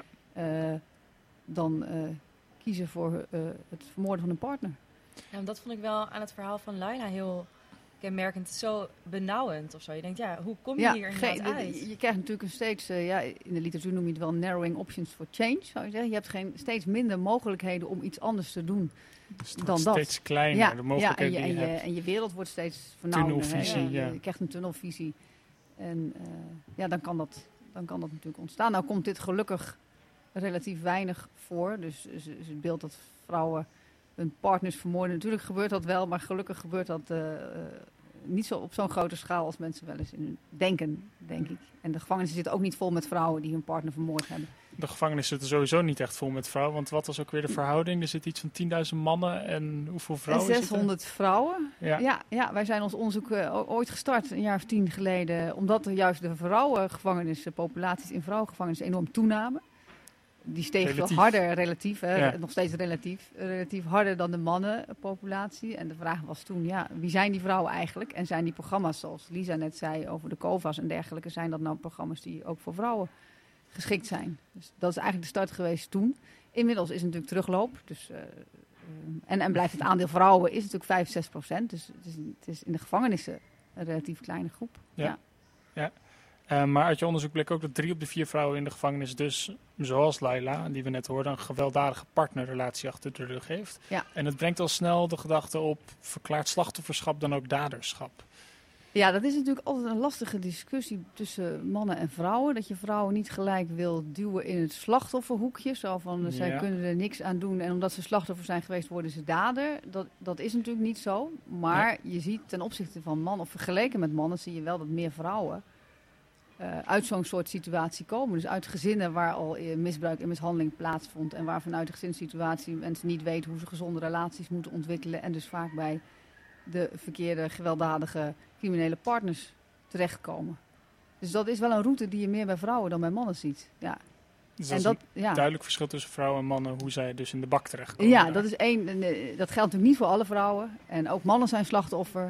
Dan kiezen voor het vermoorden van hun partner. Ja, dat vond ik wel aan het verhaal van Laila heel kenmerkend, zo benauwend of zo. Je denkt, hoe kom je hier inderdaad uit? Je krijgt natuurlijk een steeds, in de literatuur noem je het wel narrowing options for change, zou je zeggen. Je hebt steeds minder mogelijkheden om iets anders te doen dan dat. Steeds kleiner, de mogelijkheden die je hebt. En je wereld wordt steeds vernauwender. Tunnelvisie, Je krijgt een tunnelvisie. En dan kan dat natuurlijk ontstaan. Nou komt dit gelukkig relatief weinig voor. Dus het beeld dat vrouwen hun partners vermoorden. Natuurlijk gebeurt dat wel, maar gelukkig gebeurt dat niet zo op zo'n grote schaal als mensen wel eens denken, denk ik. En de gevangenissen zitten ook niet vol met vrouwen die hun partner vermoord hebben. De gevangenis zit er sowieso niet echt vol met vrouwen. Want wat was ook weer de verhouding? Er zit iets van 10.000 mannen en hoeveel vrouwen? En 600 vrouwen. Ja, wij zijn ons onderzoek ooit gestart, een jaar of 10 geleden. Omdat er juist de vrouwengevangenissen, populaties in vrouwengevangenissen enorm toenamen. Die steeg veel harder, relatief, nog steeds relatief harder dan de mannenpopulatie. En de vraag was toen, wie zijn die vrouwen eigenlijk? En zijn die programma's, zoals Lisa net zei, over de COVA's en dergelijke, zijn dat nou programma's die ook voor vrouwen geschikt zijn? Dus dat is eigenlijk de start geweest toen. Inmiddels is het natuurlijk terugloop. Dus, en blijft het aandeel vrouwen is natuurlijk 5-6%. Dus het is in de gevangenissen een relatief kleine groep. Ja. Maar uit je onderzoek bleek ook dat 3 op de 4 vrouwen in de gevangenis dus, zoals Laila, die we net hoorden, een gewelddadige partnerrelatie achter de rug heeft. Ja. En het brengt al snel de gedachte op, verklaart slachtofferschap dan ook daderschap? Ja, dat is natuurlijk altijd een lastige discussie tussen mannen en vrouwen. Dat je vrouwen niet gelijk wil duwen in het slachtofferhoekje. Zo van, zij kunnen er niks aan doen en omdat ze slachtoffer zijn geweest, worden ze dader. Dat is natuurlijk niet zo. Maar je ziet ten opzichte van mannen, of vergeleken met mannen, zie je wel dat meer vrouwen uit zo'n soort situatie komen. Dus uit gezinnen waar al misbruik en mishandeling plaatsvond. En waar vanuit de gezinssituatie mensen niet weten hoe ze gezonde relaties moeten ontwikkelen. En dus vaak bij de verkeerde, gewelddadige, criminele partners terechtkomen. Dus dat is wel een route die je meer bij vrouwen dan bij mannen ziet. Ja. Dus dat is een duidelijk verschil tussen vrouwen en mannen, hoe zij dus in de bak terechtkomen. Ja, dat is één. Dat geldt natuurlijk niet voor alle vrouwen. En ook mannen zijn slachtoffer.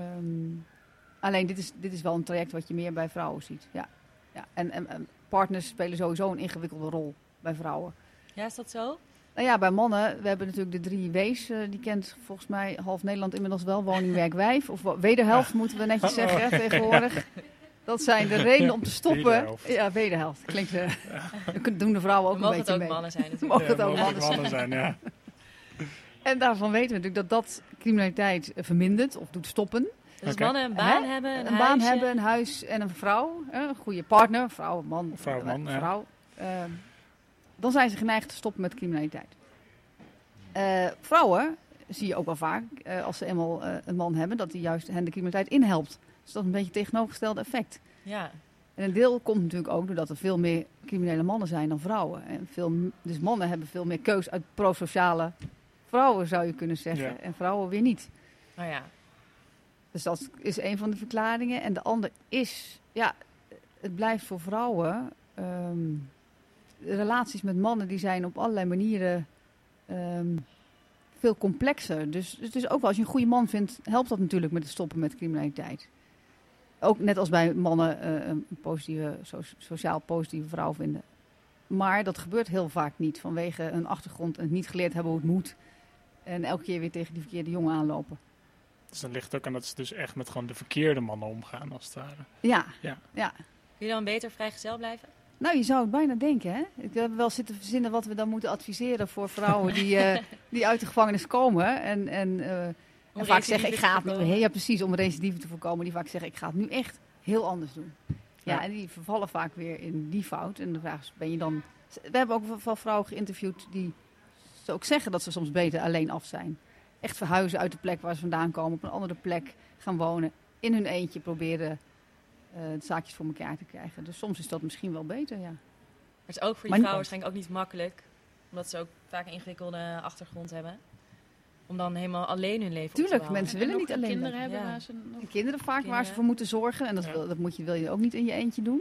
Alleen dit is wel een traject wat je meer bij vrouwen ziet. Ja. En partners spelen sowieso een ingewikkelde rol bij vrouwen. Ja, is dat zo? Nou ja, bij mannen, we hebben natuurlijk de 3 W's. Die kent volgens mij half Nederland inmiddels wel. Woning, werk, wijf. Of wederhelft moeten we netjes zeggen hè, tegenwoordig. Dat zijn de redenen om te stoppen. Wederhelft. Ja, wederhelft. Klinkt, doen de vrouwen ook een beetje mee. Mogen het ook mannen zijn natuurlijk. Mogen het ook mannen zijn, ja. En daarvan weten we natuurlijk dat criminaliteit vermindert of doet stoppen. Dus mannen een baan hebben, een baan hebben, een huis en een vrouw. Een goede partner, vrouw, man. Vrouw. Dan zijn ze geneigd te stoppen met criminaliteit. Vrouwen zie je ook wel vaak, als ze eenmaal een man hebben, dat die juist hen de criminaliteit inhelpt. Dus dat is een beetje het tegenovergestelde effect. Ja. En een deel komt natuurlijk ook doordat er veel meer criminele mannen zijn dan vrouwen. En dus mannen hebben veel meer keus uit prosociale vrouwen, zou je kunnen zeggen. Ja. En vrouwen weer niet. Oh ja. Dus dat is een van de verklaringen. En de andere is, ja, het blijft voor vrouwen... relaties met mannen die zijn op allerlei manieren veel complexer. Dus het is ook wel, als je een goede man vindt, helpt dat natuurlijk met het stoppen met criminaliteit. Ook net als bij mannen een positieve, sociaal positieve vrouw vinden. Maar dat gebeurt heel vaak niet vanwege een achtergrond en het niet geleerd hebben hoe het moet. En elke keer weer tegen die verkeerde jongen aanlopen. Dus dan ligt het ook aan dat ze dus echt met gewoon de verkeerde mannen omgaan, als het ware. Ja. Kun je dan beter vrijgezel blijven? Nou, je zou het bijna denken, hè? Ik heb wel zitten verzinnen wat we dan moeten adviseren voor vrouwen die uit de gevangenis komen. En vaak zeggen, ik ga het nu... Ja, precies, om recidieven te voorkomen. Die vaak zeggen, ik ga het nu echt heel anders doen. Ja, en die vervallen vaak weer in die fout. En de vraag is, ben je dan... We hebben ook wel vrouwen geïnterviewd die ook zeggen dat ze soms beter alleen af zijn. Echt verhuizen uit de plek waar ze vandaan komen, op een andere plek gaan wonen. In hun eentje proberen de zaakjes voor elkaar te krijgen. Dus soms is dat misschien wel beter, ja. Maar het is ook voor die vrouwen waarschijnlijk ook niet makkelijk. Omdat ze ook vaak een ingewikkelde achtergrond hebben. Om dan helemaal alleen hun leven op te bouwen. Mensen willen niet alleen kinderen hebben. Ja. Waar ze nog... Kinderen vaak waar ze voor moeten zorgen. En dat wil je ook niet in je eentje doen.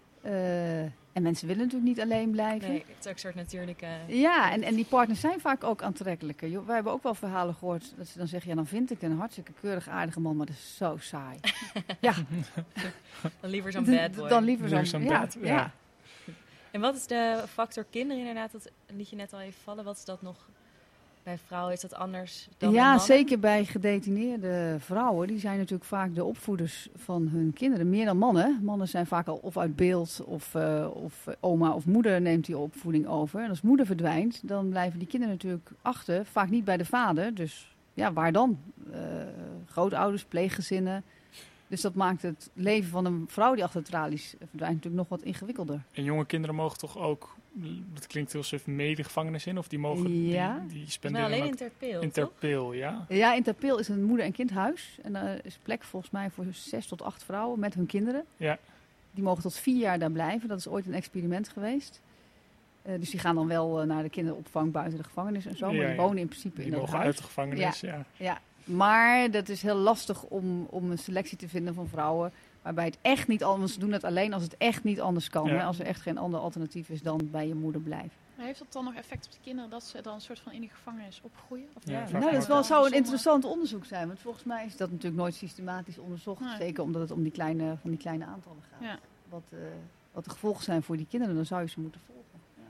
En mensen willen natuurlijk niet alleen blijven. Nee, het is ook een soort natuurlijke... Ja, en die partners zijn vaak ook aantrekkelijker. Wij hebben ook wel verhalen gehoord dat ze dan zeggen... ja, dan vind ik een hartstikke keurig aardige man, maar dat is zo saai. Ja. Dan liever zo'n bad boy. Dan liever zo'n bad, ja. En wat is de factor kinderen inderdaad? Dat liet je net al even vallen. Wat is dat nog... Bij vrouwen is dat anders dan bij mannen? Zeker bij gedetineerde vrouwen. Die zijn natuurlijk vaak de opvoeders van hun kinderen. Meer dan mannen. Mannen zijn vaak al of uit beeld of oma of moeder neemt die opvoeding over. En als moeder verdwijnt, dan blijven die kinderen natuurlijk achter. Vaak niet bij de vader. Dus ja, waar dan? Grootouders, pleeggezinnen. Dus dat maakt het leven van een vrouw die achter de tralies verdwijnt natuurlijk nog wat ingewikkelder. En jonge kinderen mogen toch ook, dat klinkt heel suf, mede-gevangenis in? Of die mogen, die spenderen alleen ook in Ter Peel, in Ter Peel, ja. Ja, in Ter Peel is een moeder- en kindhuis. En daar is plek volgens mij voor 6 tot 8 vrouwen met hun kinderen. Ja. Die mogen tot 4 jaar daar blijven. Dat is ooit een experiment geweest. Dus die gaan dan wel naar de kinderopvang buiten de gevangenis en zo. Maar die wonen in principe in dat huis. Uit de gevangenis, ja. Maar dat is heel lastig om een selectie te vinden van vrouwen waarbij het echt niet anders... Ze doen het alleen als het echt niet anders kan. Ja. Hè? Als er echt geen ander alternatief is dan bij je moeder blijven. Maar heeft dat dan nog effect op de kinderen dat ze dan een soort van in de gevangenis opgroeien? Of dat zou een interessant onderzoek zijn. Want volgens mij is dat natuurlijk nooit systematisch onderzocht. Nee. Zeker omdat het om die kleine aantallen gaat. Ja. Wat de gevolgen zijn voor die kinderen, dan zou je ze moeten volgen.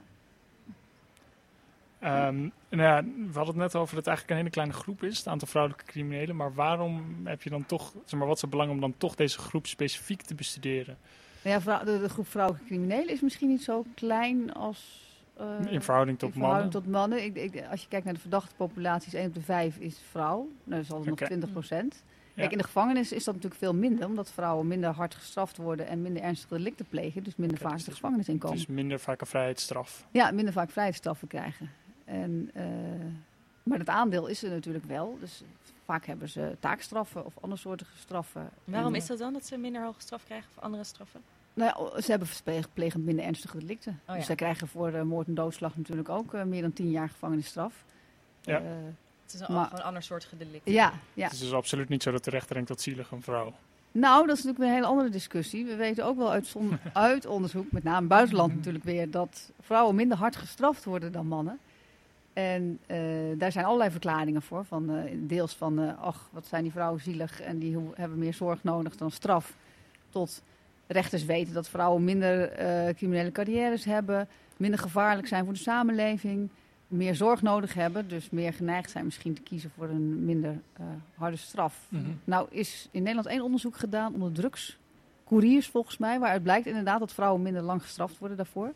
We hadden het net over dat het eigenlijk een hele kleine groep is, het aantal vrouwelijke criminelen. Maar waarom heb je dan toch, wat is het belang om dan toch deze groep specifiek te bestuderen? De groep vrouwelijke criminelen is misschien niet zo klein als... in verhouding tot mannen? Als je kijkt naar de verdachte populaties, 1 op de 5 is vrouw. Nou, dat is altijd nog 20%. Kijk, in de gevangenis is dat natuurlijk veel minder, omdat vrouwen minder hard gestraft worden en minder ernstige delicten plegen, dus minder vaak de gevangenis inkomen. Dus minder vaak een vrijheidsstraf. Ja, minder vaak vrijheidsstraffen krijgen. Maar het aandeel is er natuurlijk wel. Dus vaak hebben ze taakstraffen of andersoortige straffen. Waarom is dat dan, dat ze minder hoge straf krijgen of andere straffen? Nou ja, ze hebben plegen minder ernstige delicten. Oh, ja. Dus zij krijgen voor moord en doodslag natuurlijk ook meer dan 10 jaar gevangenisstraf. Ja. Het is gewoon een ander soort delicten. Ja. Het is dus absoluut niet zo dat de rechter denkt dat zielig een vrouw. Nou, dat is natuurlijk een hele andere discussie. We weten ook wel uit onderzoek, met name buitenland natuurlijk weer, dat vrouwen minder hard gestraft worden dan mannen. En daar zijn allerlei verklaringen voor. Deels van, wat zijn die vrouwen zielig en die hebben meer zorg nodig dan straf. Tot, rechters weten dat vrouwen minder criminele carrières hebben, minder gevaarlijk zijn voor de samenleving, meer zorg nodig hebben, dus meer geneigd zijn misschien te kiezen voor een minder harde straf. Mm-hmm. Nou is in Nederland 1 onderzoek gedaan onder drugscouriers volgens mij, waaruit blijkt inderdaad dat vrouwen minder lang gestraft worden daarvoor.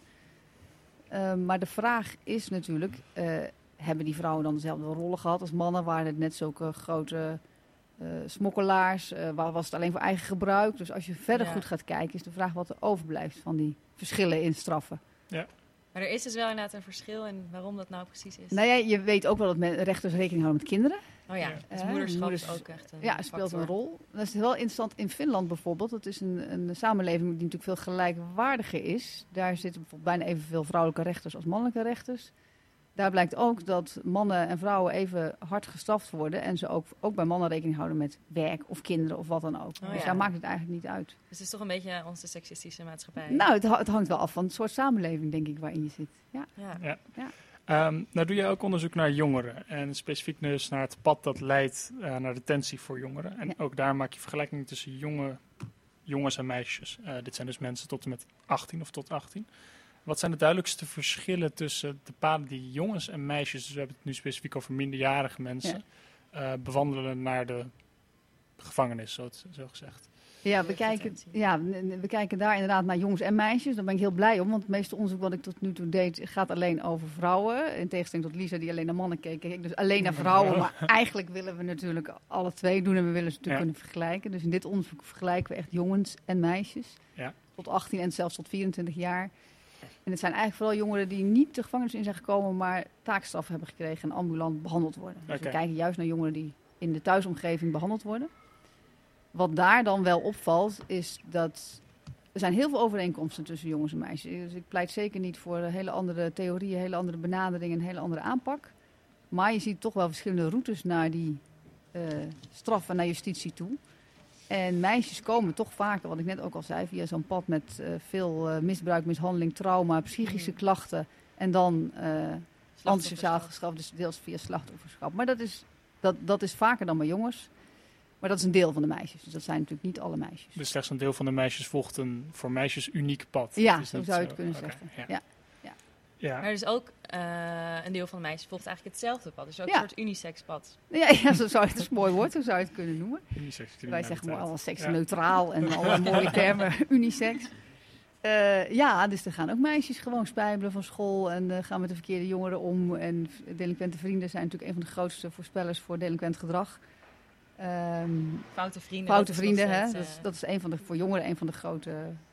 Maar de vraag is natuurlijk, hebben die vrouwen dan dezelfde rollen gehad als mannen? Waren het net zulke grote smokkelaars? Was het alleen voor eigen gebruik? Dus als je verder goed gaat kijken, is de vraag wat er overblijft van die verschillen in straffen. Ja. Maar er is dus wel inderdaad een verschil in waarom dat nou precies is. Nou ja, je weet ook wel dat rechters rekening houden met kinderen. Oh ja, dus moederschap is ook echt een speelt factor. een rol. Dat is wel interessant in Finland bijvoorbeeld. Dat is een samenleving die natuurlijk veel gelijkwaardiger is. Daar zitten bijvoorbeeld bijna evenveel vrouwelijke rechters als mannelijke rechters. Daar blijkt ook dat mannen en vrouwen even hard gestraft worden. En ze ook bij mannen rekening houden met werk of kinderen of wat dan ook. Dus daar maakt het eigenlijk niet uit. Dus het is toch een beetje onze seksistische maatschappij? Nou, het hangt wel af van het soort samenleving, denk ik, waarin je zit. Ja. Nou doe je ook onderzoek naar jongeren. En specifiek dus naar het pad dat leidt naar detentie voor jongeren. En ook daar maak je vergelijkingen tussen jongens en meisjes. Dit zijn dus mensen tot en met 18 of tot 18. Wat zijn de duidelijkste verschillen tussen de paden die jongens en meisjes, dus we hebben het nu specifiek over minderjarige mensen, bewandelen naar de gevangenis, zo gezegd? Ja, we kijken daar inderdaad naar jongens en meisjes. Daar ben ik heel blij om, want het meeste onderzoek wat ik tot nu toe deed gaat alleen over vrouwen. In tegenstelling tot Lisa die alleen naar mannen keek, ik dus alleen naar vrouwen. Maar eigenlijk willen we natuurlijk alle twee doen en we willen ze natuurlijk kunnen vergelijken. Dus in dit onderzoek vergelijken we echt jongens en meisjes. Ja. Tot 18 en zelfs tot 24 jaar. En het zijn eigenlijk vooral jongeren die niet de gevangenis in zijn gekomen, maar taakstraf hebben gekregen en ambulant behandeld worden. Dus we kijken juist naar jongeren die in de thuisomgeving behandeld worden. Wat daar dan wel opvalt, is dat er zijn heel veel overeenkomsten tussen jongens en meisjes. Dus ik pleit zeker niet voor hele andere theorieën, hele andere benaderingen, een hele andere aanpak. Maar je ziet toch wel verschillende routes naar die straf en naar justitie toe. En meisjes komen toch vaker, wat ik net ook al zei, via zo'n pad met veel misbruik, mishandeling, trauma, psychische klachten. En dan antisociaal gestraft, dus deels via slachtofferschap. Maar dat is vaker dan bij jongens. Maar dat is een deel van de meisjes. Dus dat zijn natuurlijk niet alle meisjes. Dus slechts een deel van de meisjes volgt een voor meisjes uniek pad. Ja, zo zou je het kunnen zeggen. Ja. Maar dus ook een deel van de meisjes volgt eigenlijk hetzelfde pad. Dus ook een soort unisex pad. Ja, zo zou je het, een mooi woord, zo zou je het kunnen noemen. Wij zeggen maar allemaal seksneutraal en alle mooie termen, unisex. Dus er gaan ook meisjes gewoon spijbelen van school en gaan met de verkeerde jongeren om. En delinquente vrienden zijn natuurlijk een van de grootste voorspellers voor delinquent gedrag. Foute vrienden, hè? Dat is voor jongeren een van de grote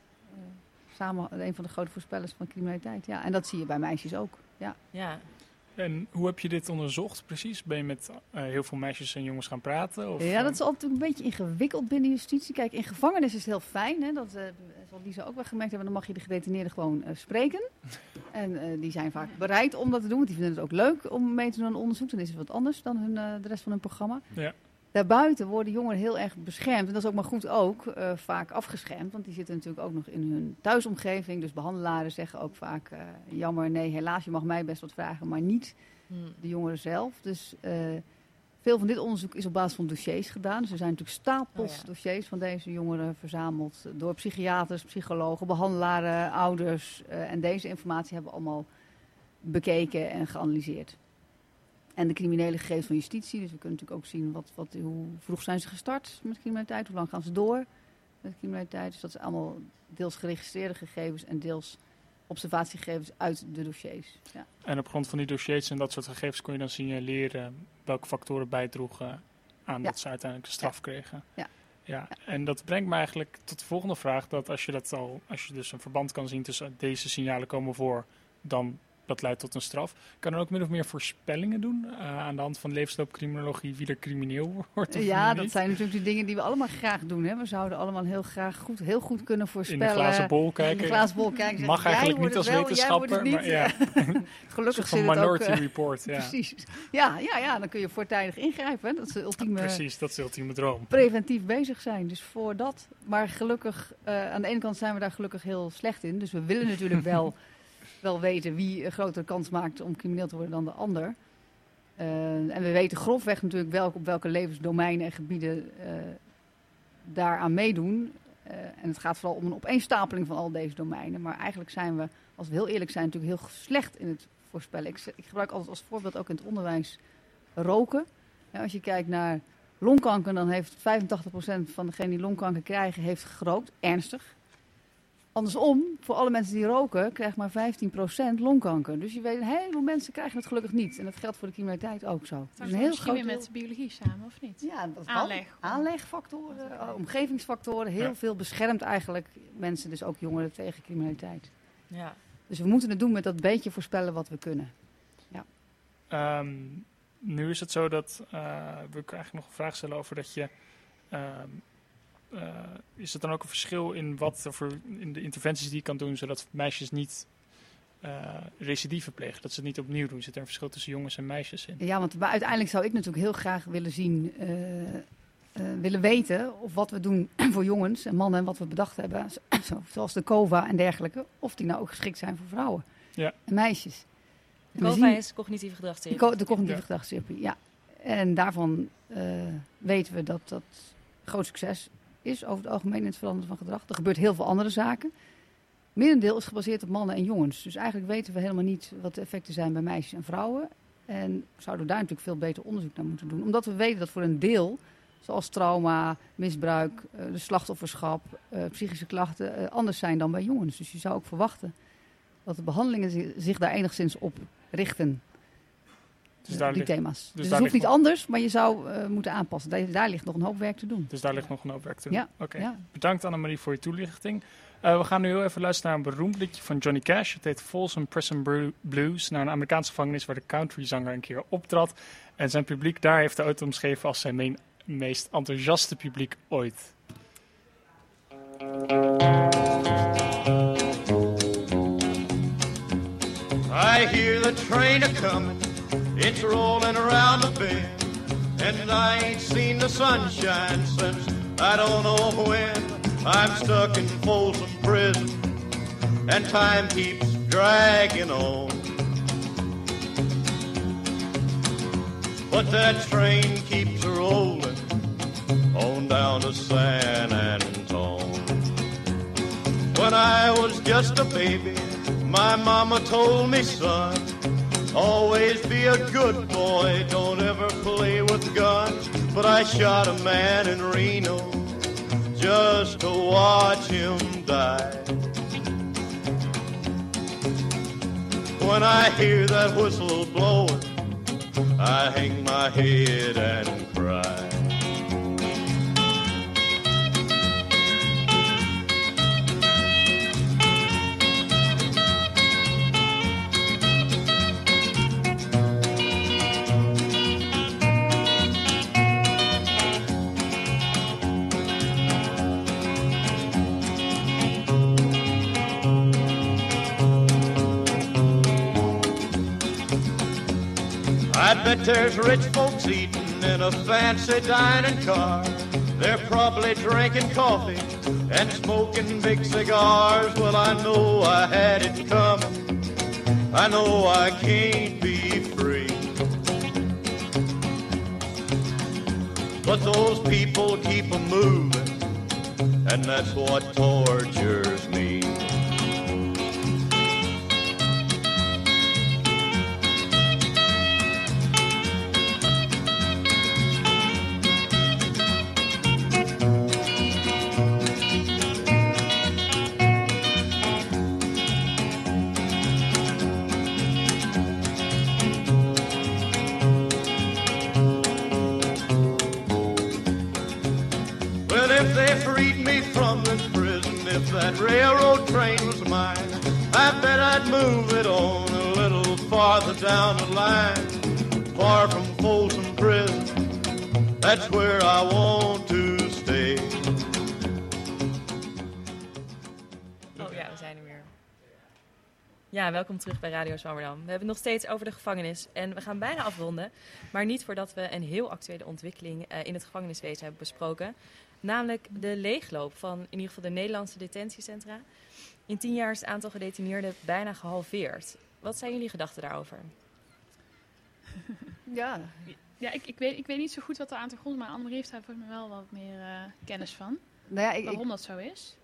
een van de grote voorspellers van criminaliteit. Ja, en dat zie je bij meisjes ook. Ja. En hoe heb je dit onderzocht precies? Ben je met heel veel meisjes en jongens gaan praten? Of, ja, dat is altijd een beetje ingewikkeld binnen justitie. Kijk, in gevangenis is het heel fijn. Hè? Dat zal Lisa ook wel gemerkt hebben. Dan mag je de gedetineerden gewoon spreken. En die zijn vaak bereid om dat te doen. Want die vinden het ook leuk om mee te doen aan onderzoek. Dan is het wat anders dan de rest van hun programma. Ja. Daarbuiten worden jongeren heel erg beschermd. En dat is ook maar goed ook, vaak afgeschermd. Want die zitten natuurlijk ook nog in hun thuisomgeving. Dus behandelaren zeggen ook vaak, jammer, nee, helaas, je mag mij best wat vragen, maar niet de jongeren zelf. Dus veel van dit onderzoek is op basis van dossiers gedaan. Dus er zijn natuurlijk stapels dossiers van deze jongeren verzameld door psychiaters, psychologen, behandelaren, ouders. En deze informatie hebben we allemaal bekeken en geanalyseerd. En de criminele gegevens van justitie. Dus we kunnen natuurlijk ook zien hoe vroeg zijn ze gestart met criminaliteit. Hoe lang gaan ze door met criminaliteit. Dus dat zijn allemaal deels geregistreerde gegevens en deels observatiegegevens uit de dossiers. Ja. En op grond van die dossiers en dat soort gegevens kon je dan signaleren welke factoren bijdroegen aan dat ze uiteindelijk de straf kregen. Ja. En dat brengt me eigenlijk tot de volgende vraag. Dat als je dus een verband kan zien tussen deze signalen komen voor, dan dat leidt tot een straf. Kan er ook min of meer voorspellingen doen aan de hand van levensloopcriminologie wie er crimineel wordt of ja, niet? Dat zijn natuurlijk de dingen die we allemaal graag doen. Hè. We zouden allemaal heel goed kunnen voorspellen. In de glazen bol kijken. Mag eigenlijk niet als wetenschapper. Maar ja. Gelukkig zit het ook. Minority Report. Ja. Precies. Ja, dan kun je voortijdig ingrijpen. Hè. Dat is de ultieme. Precies, dat is de ultieme droom. Preventief bezig zijn. Dus voor dat. Maar gelukkig, aan de ene kant zijn we daar gelukkig heel slecht in. Dus we willen natuurlijk wel weten wie een grotere kans maakt om crimineel te worden dan de ander. En we weten grofweg natuurlijk op welke levensdomeinen en gebieden daaraan meedoen. En het gaat vooral om een opeenstapeling van al deze domeinen. Maar eigenlijk zijn we, als we heel eerlijk zijn, natuurlijk heel slecht in het voorspellen. Ik gebruik altijd als voorbeeld ook in het onderwijs roken. Ja, als je kijkt naar longkanker, dan heeft 85% van degenen die longkanker krijgen, heeft gerookt. Ernstig. Andersom, voor alle mensen die roken, krijgt maar 15% longkanker. Dus je weet, een heleboel mensen krijgen het gelukkig niet. En dat geldt voor de criminaliteit ook zo. Dat is een heel groot weer met biologie samen, of niet? Ja, dat aanleg. Aanlegfactoren, omgevingsfactoren. Heel veel beschermt eigenlijk mensen, dus ook jongeren, tegen criminaliteit. Ja. Dus we moeten het doen met dat beetje voorspellen wat we kunnen. Ja. Nu is het zo dat we eigenlijk nog een vraag stellen over dat je... is er dan ook een verschil in wat er in de interventies die je kan doen, zodat meisjes niet recidive plegen, dat ze het niet opnieuw doen? Zit er een verschil tussen jongens en meisjes in? Ja, want uiteindelijk zou ik natuurlijk heel graag willen weten of wat we doen voor jongens en mannen en wat we bedacht hebben, zoals de COVA en dergelijke, of die nou ook geschikt zijn voor vrouwen en meisjes. De COVA is cognitieve gedragstherapie. De cognitieve gedragstherapie, ja. En daarvan weten we dat dat groot succes is over het algemeen in het veranderen van gedrag. Er gebeurt heel veel andere zaken. Merendeel is gebaseerd op mannen en jongens. Dus eigenlijk weten we helemaal niet wat de effecten zijn bij meisjes en vrouwen. En zouden we daar natuurlijk veel beter onderzoek naar moeten doen. Omdat we weten dat voor een deel, zoals trauma, misbruik, de slachtofferschap, psychische klachten, anders zijn dan bij jongens. Dus je zou ook verwachten dat de behandelingen zich daar enigszins op richten. Dus die thema's. Dus het hoeft niet anders, maar je zou moeten aanpassen. Daar ligt nog een hoop werk te doen. Dus daar ligt nog een hoop werk te doen. Ja. Oké. Ja. Bedankt Annemarie voor je toelichting. We gaan nu heel even luisteren naar een beroemd liedje van Johnny Cash. Het heet Folsom Prison Blues, naar een Amerikaanse gevangenis waar de countryzanger een keer optrad. En zijn publiek daar heeft hij ooit omschreven als zijn meest enthousiaste publiek ooit. I hear the train a-comin', it's rolling around the bend, and I ain't seen the sunshine since I don't know when. I'm stuck in Folsom Prison, and time keeps dragging on. But that train keeps rolling on down to San Antone. When I was just a baby, my mama told me, son, always be a good boy, don't ever play with guns. But I shot a man in Reno just to watch him die. When I hear that whistle blowing, I hang my head and cry. I bet there's rich folks eating in a fancy dining car. They're probably drinking coffee and smoking big cigars. Well, I know I had it coming. I know I can't be free. But those people keep 'em moving, and that's what tortures me. That railroad train was mine, I bet I'd move it on a little farther down the line. Far from Folsom Prison, that's where I want to stay. Oh ja, we zijn er weer. Ja, welkom terug bij Radio Zwammerdam. We hebben het nog steeds over de gevangenis en we gaan bijna afronden. Maar niet voordat we een heel actuele ontwikkeling in het gevangeniswezen hebben besproken. Namelijk de leegloop van in ieder geval de Nederlandse detentiecentra. In 10 jaar is het aantal gedetineerden bijna gehalveerd. Wat zijn jullie gedachten daarover? Ja, ik weet niet zo goed wat er aan de grond is, maar Annemarie heeft daar volgens mij wel wat meer kennis van. waarom dat zo is?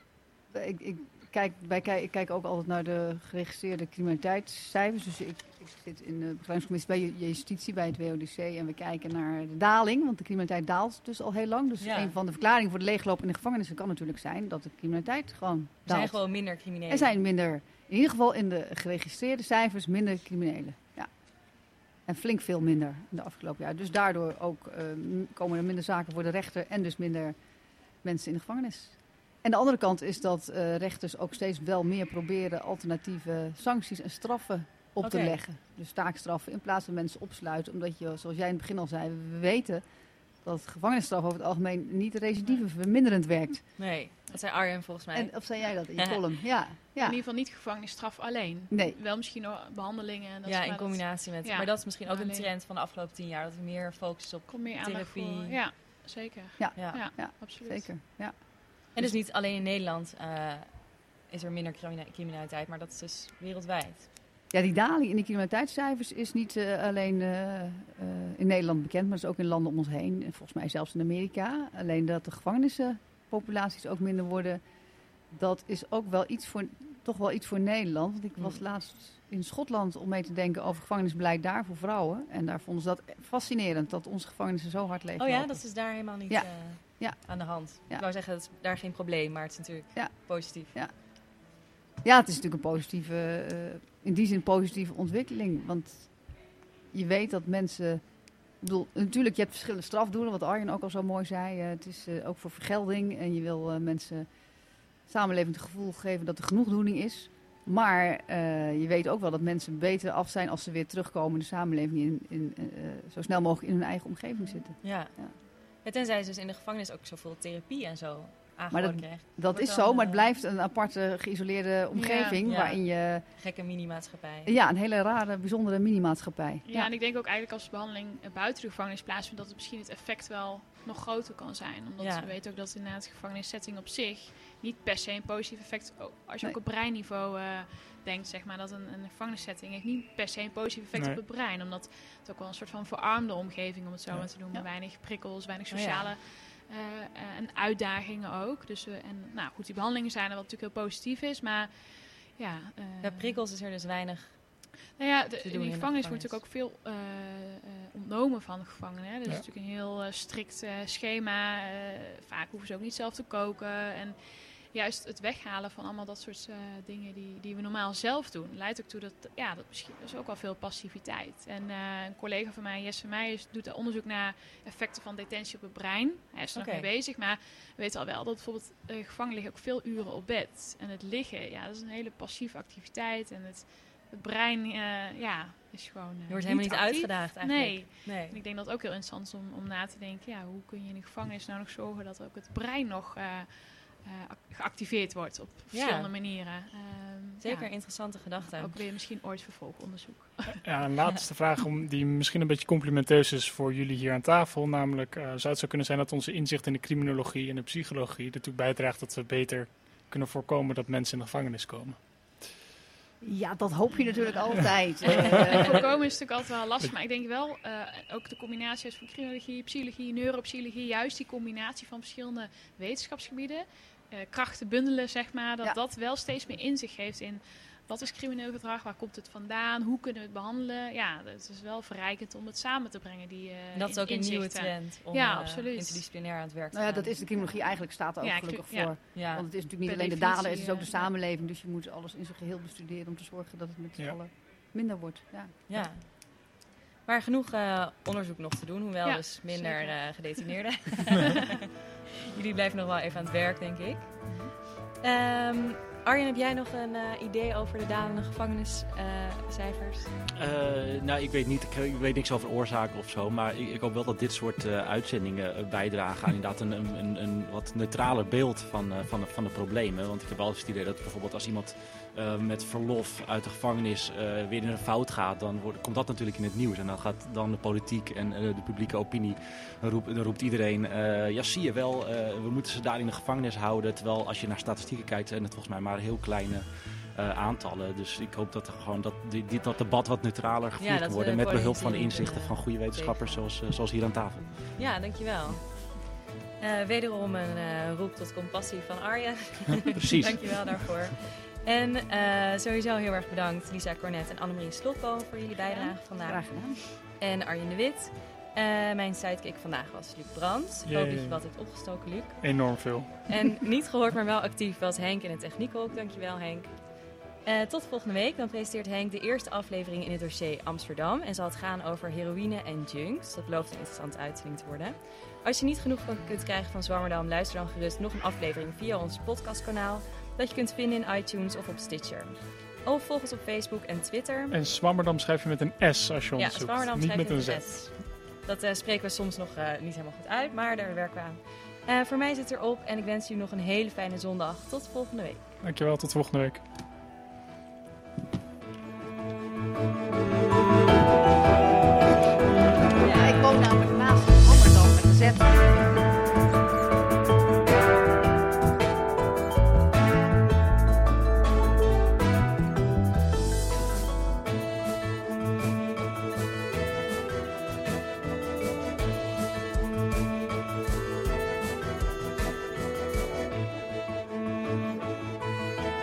Ik kijk ook altijd naar de geregistreerde criminaliteitscijfers. Dus ik zit in de begeleidingscommissie bij justitie, bij het WODC. En we kijken naar de daling, want de criminaliteit daalt dus al heel lang. Dus een van de verklaringen voor de leegloop in de gevangenissen kan natuurlijk zijn dat de criminaliteit gewoon daalt. Er zijn gewoon minder criminelen. Er zijn minder, in ieder geval in de geregistreerde cijfers, minder criminelen. Ja. En flink veel minder in de afgelopen jaar. Dus daardoor ook komen er minder zaken voor de rechter en dus minder mensen in de gevangenis. En de andere kant is dat rechters ook steeds wel meer proberen alternatieve sancties en straffen op te leggen. Dus taakstraffen in plaats van mensen opsluiten. Omdat je, zoals jij in het begin al zei, we weten dat gevangenisstraf over het algemeen niet recidive verminderend werkt. Nee, dat zei Arjen volgens mij. Of zei jij dat in je column? Ja. In ieder geval niet gevangenisstraf alleen. Nee. Wel misschien behandelingen. En dat in combinatie met. Maar dat is misschien ook een trend van de afgelopen 10 jaar. Dat we meer focussen op therapie. Ja, zeker. Ja, absoluut. Zeker, ja. En dus niet alleen in Nederland is er minder criminaliteit, maar dat is dus wereldwijd. Ja, die daling in de criminaliteitscijfers is niet alleen in Nederland bekend, maar dat is ook in landen om ons heen. En volgens mij zelfs in Amerika. Alleen dat de gevangenissenpopulaties ook minder worden, dat is ook wel toch wel iets voor Nederland. Want ik was laatst in Schotland om mee te denken over gevangenisbeleid daar voor vrouwen. En daar vonden ze dat fascinerend, dat onze gevangenissen zo hard leeglopen. Oh ja, dat is daar helemaal niet aan de hand. Ja. Ik wou zeggen, dat is daar geen probleem, maar het is natuurlijk positief. Ja, het is natuurlijk een positieve, in die zin positieve ontwikkeling. Want je weet dat mensen... Ik bedoel, natuurlijk, je hebt verschillende strafdoelen, wat Arjen ook al zo mooi zei. Het is ook voor vergelding en je wil mensen samenlevend het gevoel geven dat er genoegdoening is. Maar je weet ook wel dat mensen beter af zijn als ze weer terugkomen in de samenleving, zo snel mogelijk in hun eigen omgeving zitten. Ja, tenzij ze dus in de gevangenis ook zoveel therapie en zo aangeboden krijgen. Dat is zo, maar het blijft een aparte, geïsoleerde omgeving waarin je... Gekke minimaatschappij. Ja, een hele rare, bijzondere minimaatschappij. Ja, en ik denk ook eigenlijk als de behandeling buiten de gevangenis plaatsvindt, dat het misschien het effect wel nog groter kan zijn. Omdat we weten ook dat inderdaad de gevangenissetting op zich niet per se een positief effect... Als je ook op breinniveau denkt, zeg maar, dat een gevangenissetting heeft niet per se een positief effect op het brein. Omdat het ook wel een soort van verarmde omgeving, om het zo maar te noemen. Weinig prikkels, weinig sociale... en uitdagingen ook. Dus, die behandelingen zijn er wat natuurlijk heel positief is, maar prikkels is er dus weinig. Nou ja, in de gevangenis wordt natuurlijk ook veel ontnomen van de gevangenen. Hè. Dat is natuurlijk een heel strikt schema. Vaak hoeven ze ook niet zelf te koken. En juist het weghalen van allemaal dat soort dingen die we normaal zelf doen, leidt ook toe dat misschien is ook wel veel passiviteit. En een collega van mij, Jesse Meijers, doet daar onderzoek naar effecten van detentie op het brein. Hij is er nog mee bezig, maar we weten al wel dat bijvoorbeeld gevangenen liggen ook veel uren op bed. En het liggen, dat is een hele passieve activiteit. En het brein, is gewoon je wordt helemaal niet uitgedaagd eigenlijk. Nee. En ik denk dat het ook heel interessant is om na te denken, hoe kun je in de gevangenis nou nog zorgen dat ook het brein nog... geactiveerd wordt op verschillende manieren. Zeker interessante gedachte. Ook weer misschien ooit vervolgonderzoek. Ja, een laatste vraag die misschien een beetje complimenteus is voor jullie hier aan tafel. Namelijk, zou het zo kunnen zijn dat onze inzicht in de criminologie en de psychologie ertoe bijdraagt dat we beter kunnen voorkomen dat mensen in de gevangenis komen? Ja, dat hoop je natuurlijk altijd. Voorkomen is natuurlijk altijd wel lastig, maar ik denk wel, ook de combinatie van criminologie, psychologie, neuropsychologie, juist die combinatie van verschillende wetenschapsgebieden, krachten bundelen, zeg maar, dat wel steeds meer inzicht geeft in wat is crimineel gedrag, waar komt het vandaan, hoe kunnen we het behandelen. Ja, het is wel verrijkend om het samen te brengen, die dat is ook een nieuwe trend om interdisciplinair aan het werk te gaan. Dat is de criminologie eigenlijk, staat er ook gelukkig voor. Ja. Want het is natuurlijk niet alleen de dader, het is ook de samenleving. Dus je moet alles in zijn geheel bestuderen om te zorgen dat het met z'n allen minder wordt. Ja. Maar genoeg onderzoek nog te doen, hoewel dus minder gedetineerden. Jullie blijven nog wel even aan het werk, denk ik. Arjen, heb jij nog een idee over de dalende gevangeniscijfers? Ik weet niet. Ik weet niks over oorzaken of zo. Maar ik hoop wel dat dit soort uitzendingen bijdragen aan inderdaad een wat neutraler beeld van de problemen. Want ik heb wel eens het idee dat bijvoorbeeld als iemand met verlof uit de gevangenis weer in een fout gaat, dan komt dat natuurlijk in het nieuws. En dan gaat dan de politiek en de publieke opinie, dan roept iedereen, zie je wel, we moeten ze daar in de gevangenis houden. Terwijl als je naar statistieken kijkt, zijn het volgens mij maar heel kleine aantallen. Dus ik hoop dat dat debat wat neutraler gevoerd kan worden met behulp van de inzichten van goede wetenschappers zoals hier aan tafel. Ja, dankjewel. Wederom een roep tot compassie van Arjen. Precies. Dankjewel daarvoor. En sowieso heel erg bedankt Lisa Cornet en Annemarie Slotboom voor jullie bijdrage vandaag. Graag gedaan. En Arjen de Wit. Mijn sidekick vandaag was Luc Brandt. Ik hoop dat je wat hebt opgestoken, Luc. Enorm veel. En niet gehoord, maar wel actief was Henk in het techniekhok. Dankjewel, Henk. Tot volgende week. Dan presenteert Henk de eerste aflevering in het dossier Amsterdam. En zal het gaan over heroïne en junks. Dat belooft een interessante uitzending te worden. Als je niet genoeg kunt krijgen van Zwammerdam, luister dan gerust nog een aflevering via ons podcastkanaal. Dat je kunt vinden in iTunes of op Stitcher. Of volg ons op Facebook en Twitter. En Zwammerdam schrijf je met een S als je ons zoekt. Zwammerdam niet schrijf met je een Z. Dat spreken we soms nog niet helemaal goed uit, maar daar werken we aan. Voor mij zit het erop en ik wens u nog een hele fijne zondag. Tot volgende week. Dankjewel, tot volgende week.